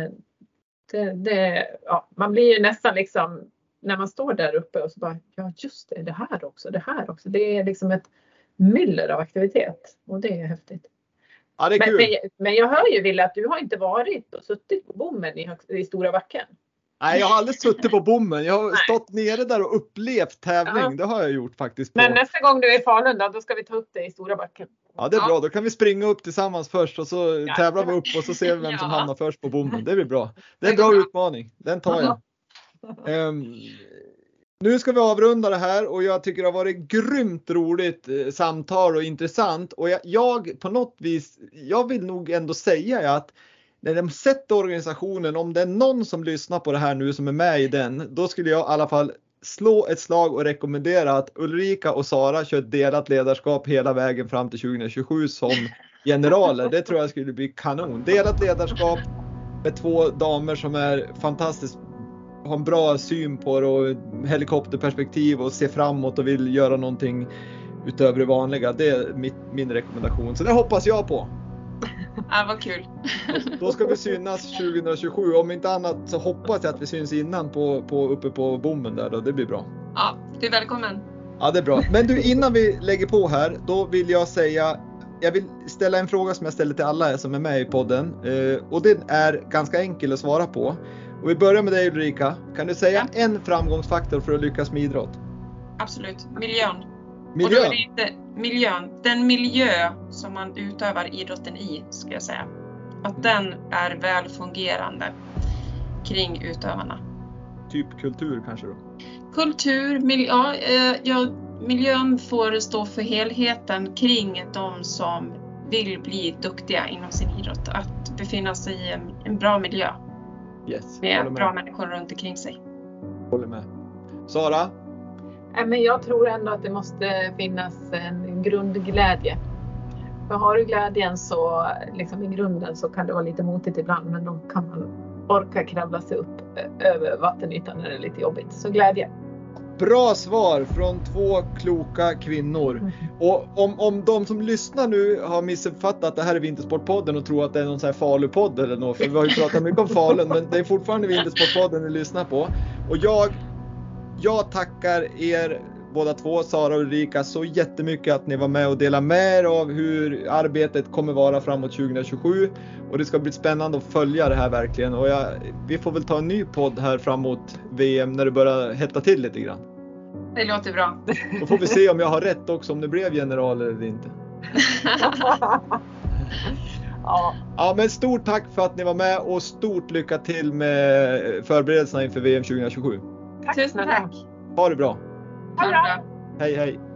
man blir ju nästan liksom, när man står där uppe och så bara, ja just det här också. Det är liksom ett myller av aktivitet. Och det är häftigt. Ja, det är kul. Men jag hör ju, Wille, att du har inte varit och suttit på bommen i stora backen. Nej, jag har aldrig suttit på bommen. Jag har stått nere där och upplevt tävling. Ja. Det har jag gjort faktiskt. Men nästa gång du är i Falun då ska vi ta upp det i stora backen. Ja, det är bra. Då kan vi springa upp tillsammans först och så tävlar vi upp och så ser vi vem som hamnar först på bommen. Det blir bra. Det är en bra utmaning. Den tar jag. Nu ska vi avrunda det här och jag tycker det har varit grymt roligt samtal och intressant. Och jag på något vis, jag vill nog ändå säga att när de sätter organisationen, om det är någon som lyssnar på det här nu som är med i den, då skulle jag i alla fall slå ett slag och rekommendera att Ulrika och Sara kör delat ledarskap hela vägen fram till 2027 som generaler. Det tror jag skulle bli kanon. Delat ledarskap med två damer som är fantastiskt, har en bra syn på det och helikopterperspektiv och ser framåt och vill göra någonting utöver det vanliga. Det är min rekommendation. Så det hoppas jag på. Ja, vad kul. Då ska vi synas 2027. Om inte annat så hoppas jag att vi syns innan uppe på bommen där då. Det blir bra. Ja, du är välkommen. Ja, det är bra. Men du, innan vi lägger på här, då vill jag säga, jag vill ställa en fråga som jag ställer till alla som är med i podden. Och den är ganska enkel att svara på. Och vi börjar med dig Ulrika. Kan du säga en framgångsfaktor för att lyckas med idrott? Absolut. Miljön. Miljön? Och då är det inte miljön. Den miljö som man utövar idrotten i, ska jag säga. Att den är väl fungerande kring utövarna. Typ kultur kanske då? Kultur, miljön får stå för helheten kring de som vill bli duktiga inom sin idrott. Att befinna sig i en bra miljö. Yes, med bra människor runt omkring sig. Håller med. Sara? Men jag tror ändå att det måste finnas en grundglädje. För har du glädjen så liksom i grunden så kan det vara lite motigt ibland. Men då kan man orka kravla sig upp över vattenytan när det är lite jobbigt. Så glädje. Bra svar från två kloka kvinnor. Och om de som lyssnar nu har missuppfattat att det här är Vintersportpodden och tror att det är någon sån här Falupodd eller något. För vi har ju pratat mycket om Falun, men det är fortfarande Vintersportpodden ni lyssnar på. Och jag tackar er båda två, Sara och Ulrika, så jättemycket att ni var med och delade med er av hur arbetet kommer vara framåt 2027. Och det ska bli spännande att följa det här verkligen. Och vi får väl ta en ny podd här framåt VM när det börjar hetta till lite grann. Det låter bra. Då får vi se om jag har rätt också, om det blev general eller inte. Ja, men stort tack för att ni var med och stort lycka till med förberedelserna inför VM 2027. Tusen tack. Ha det bra. Ha det bra. Hej hej.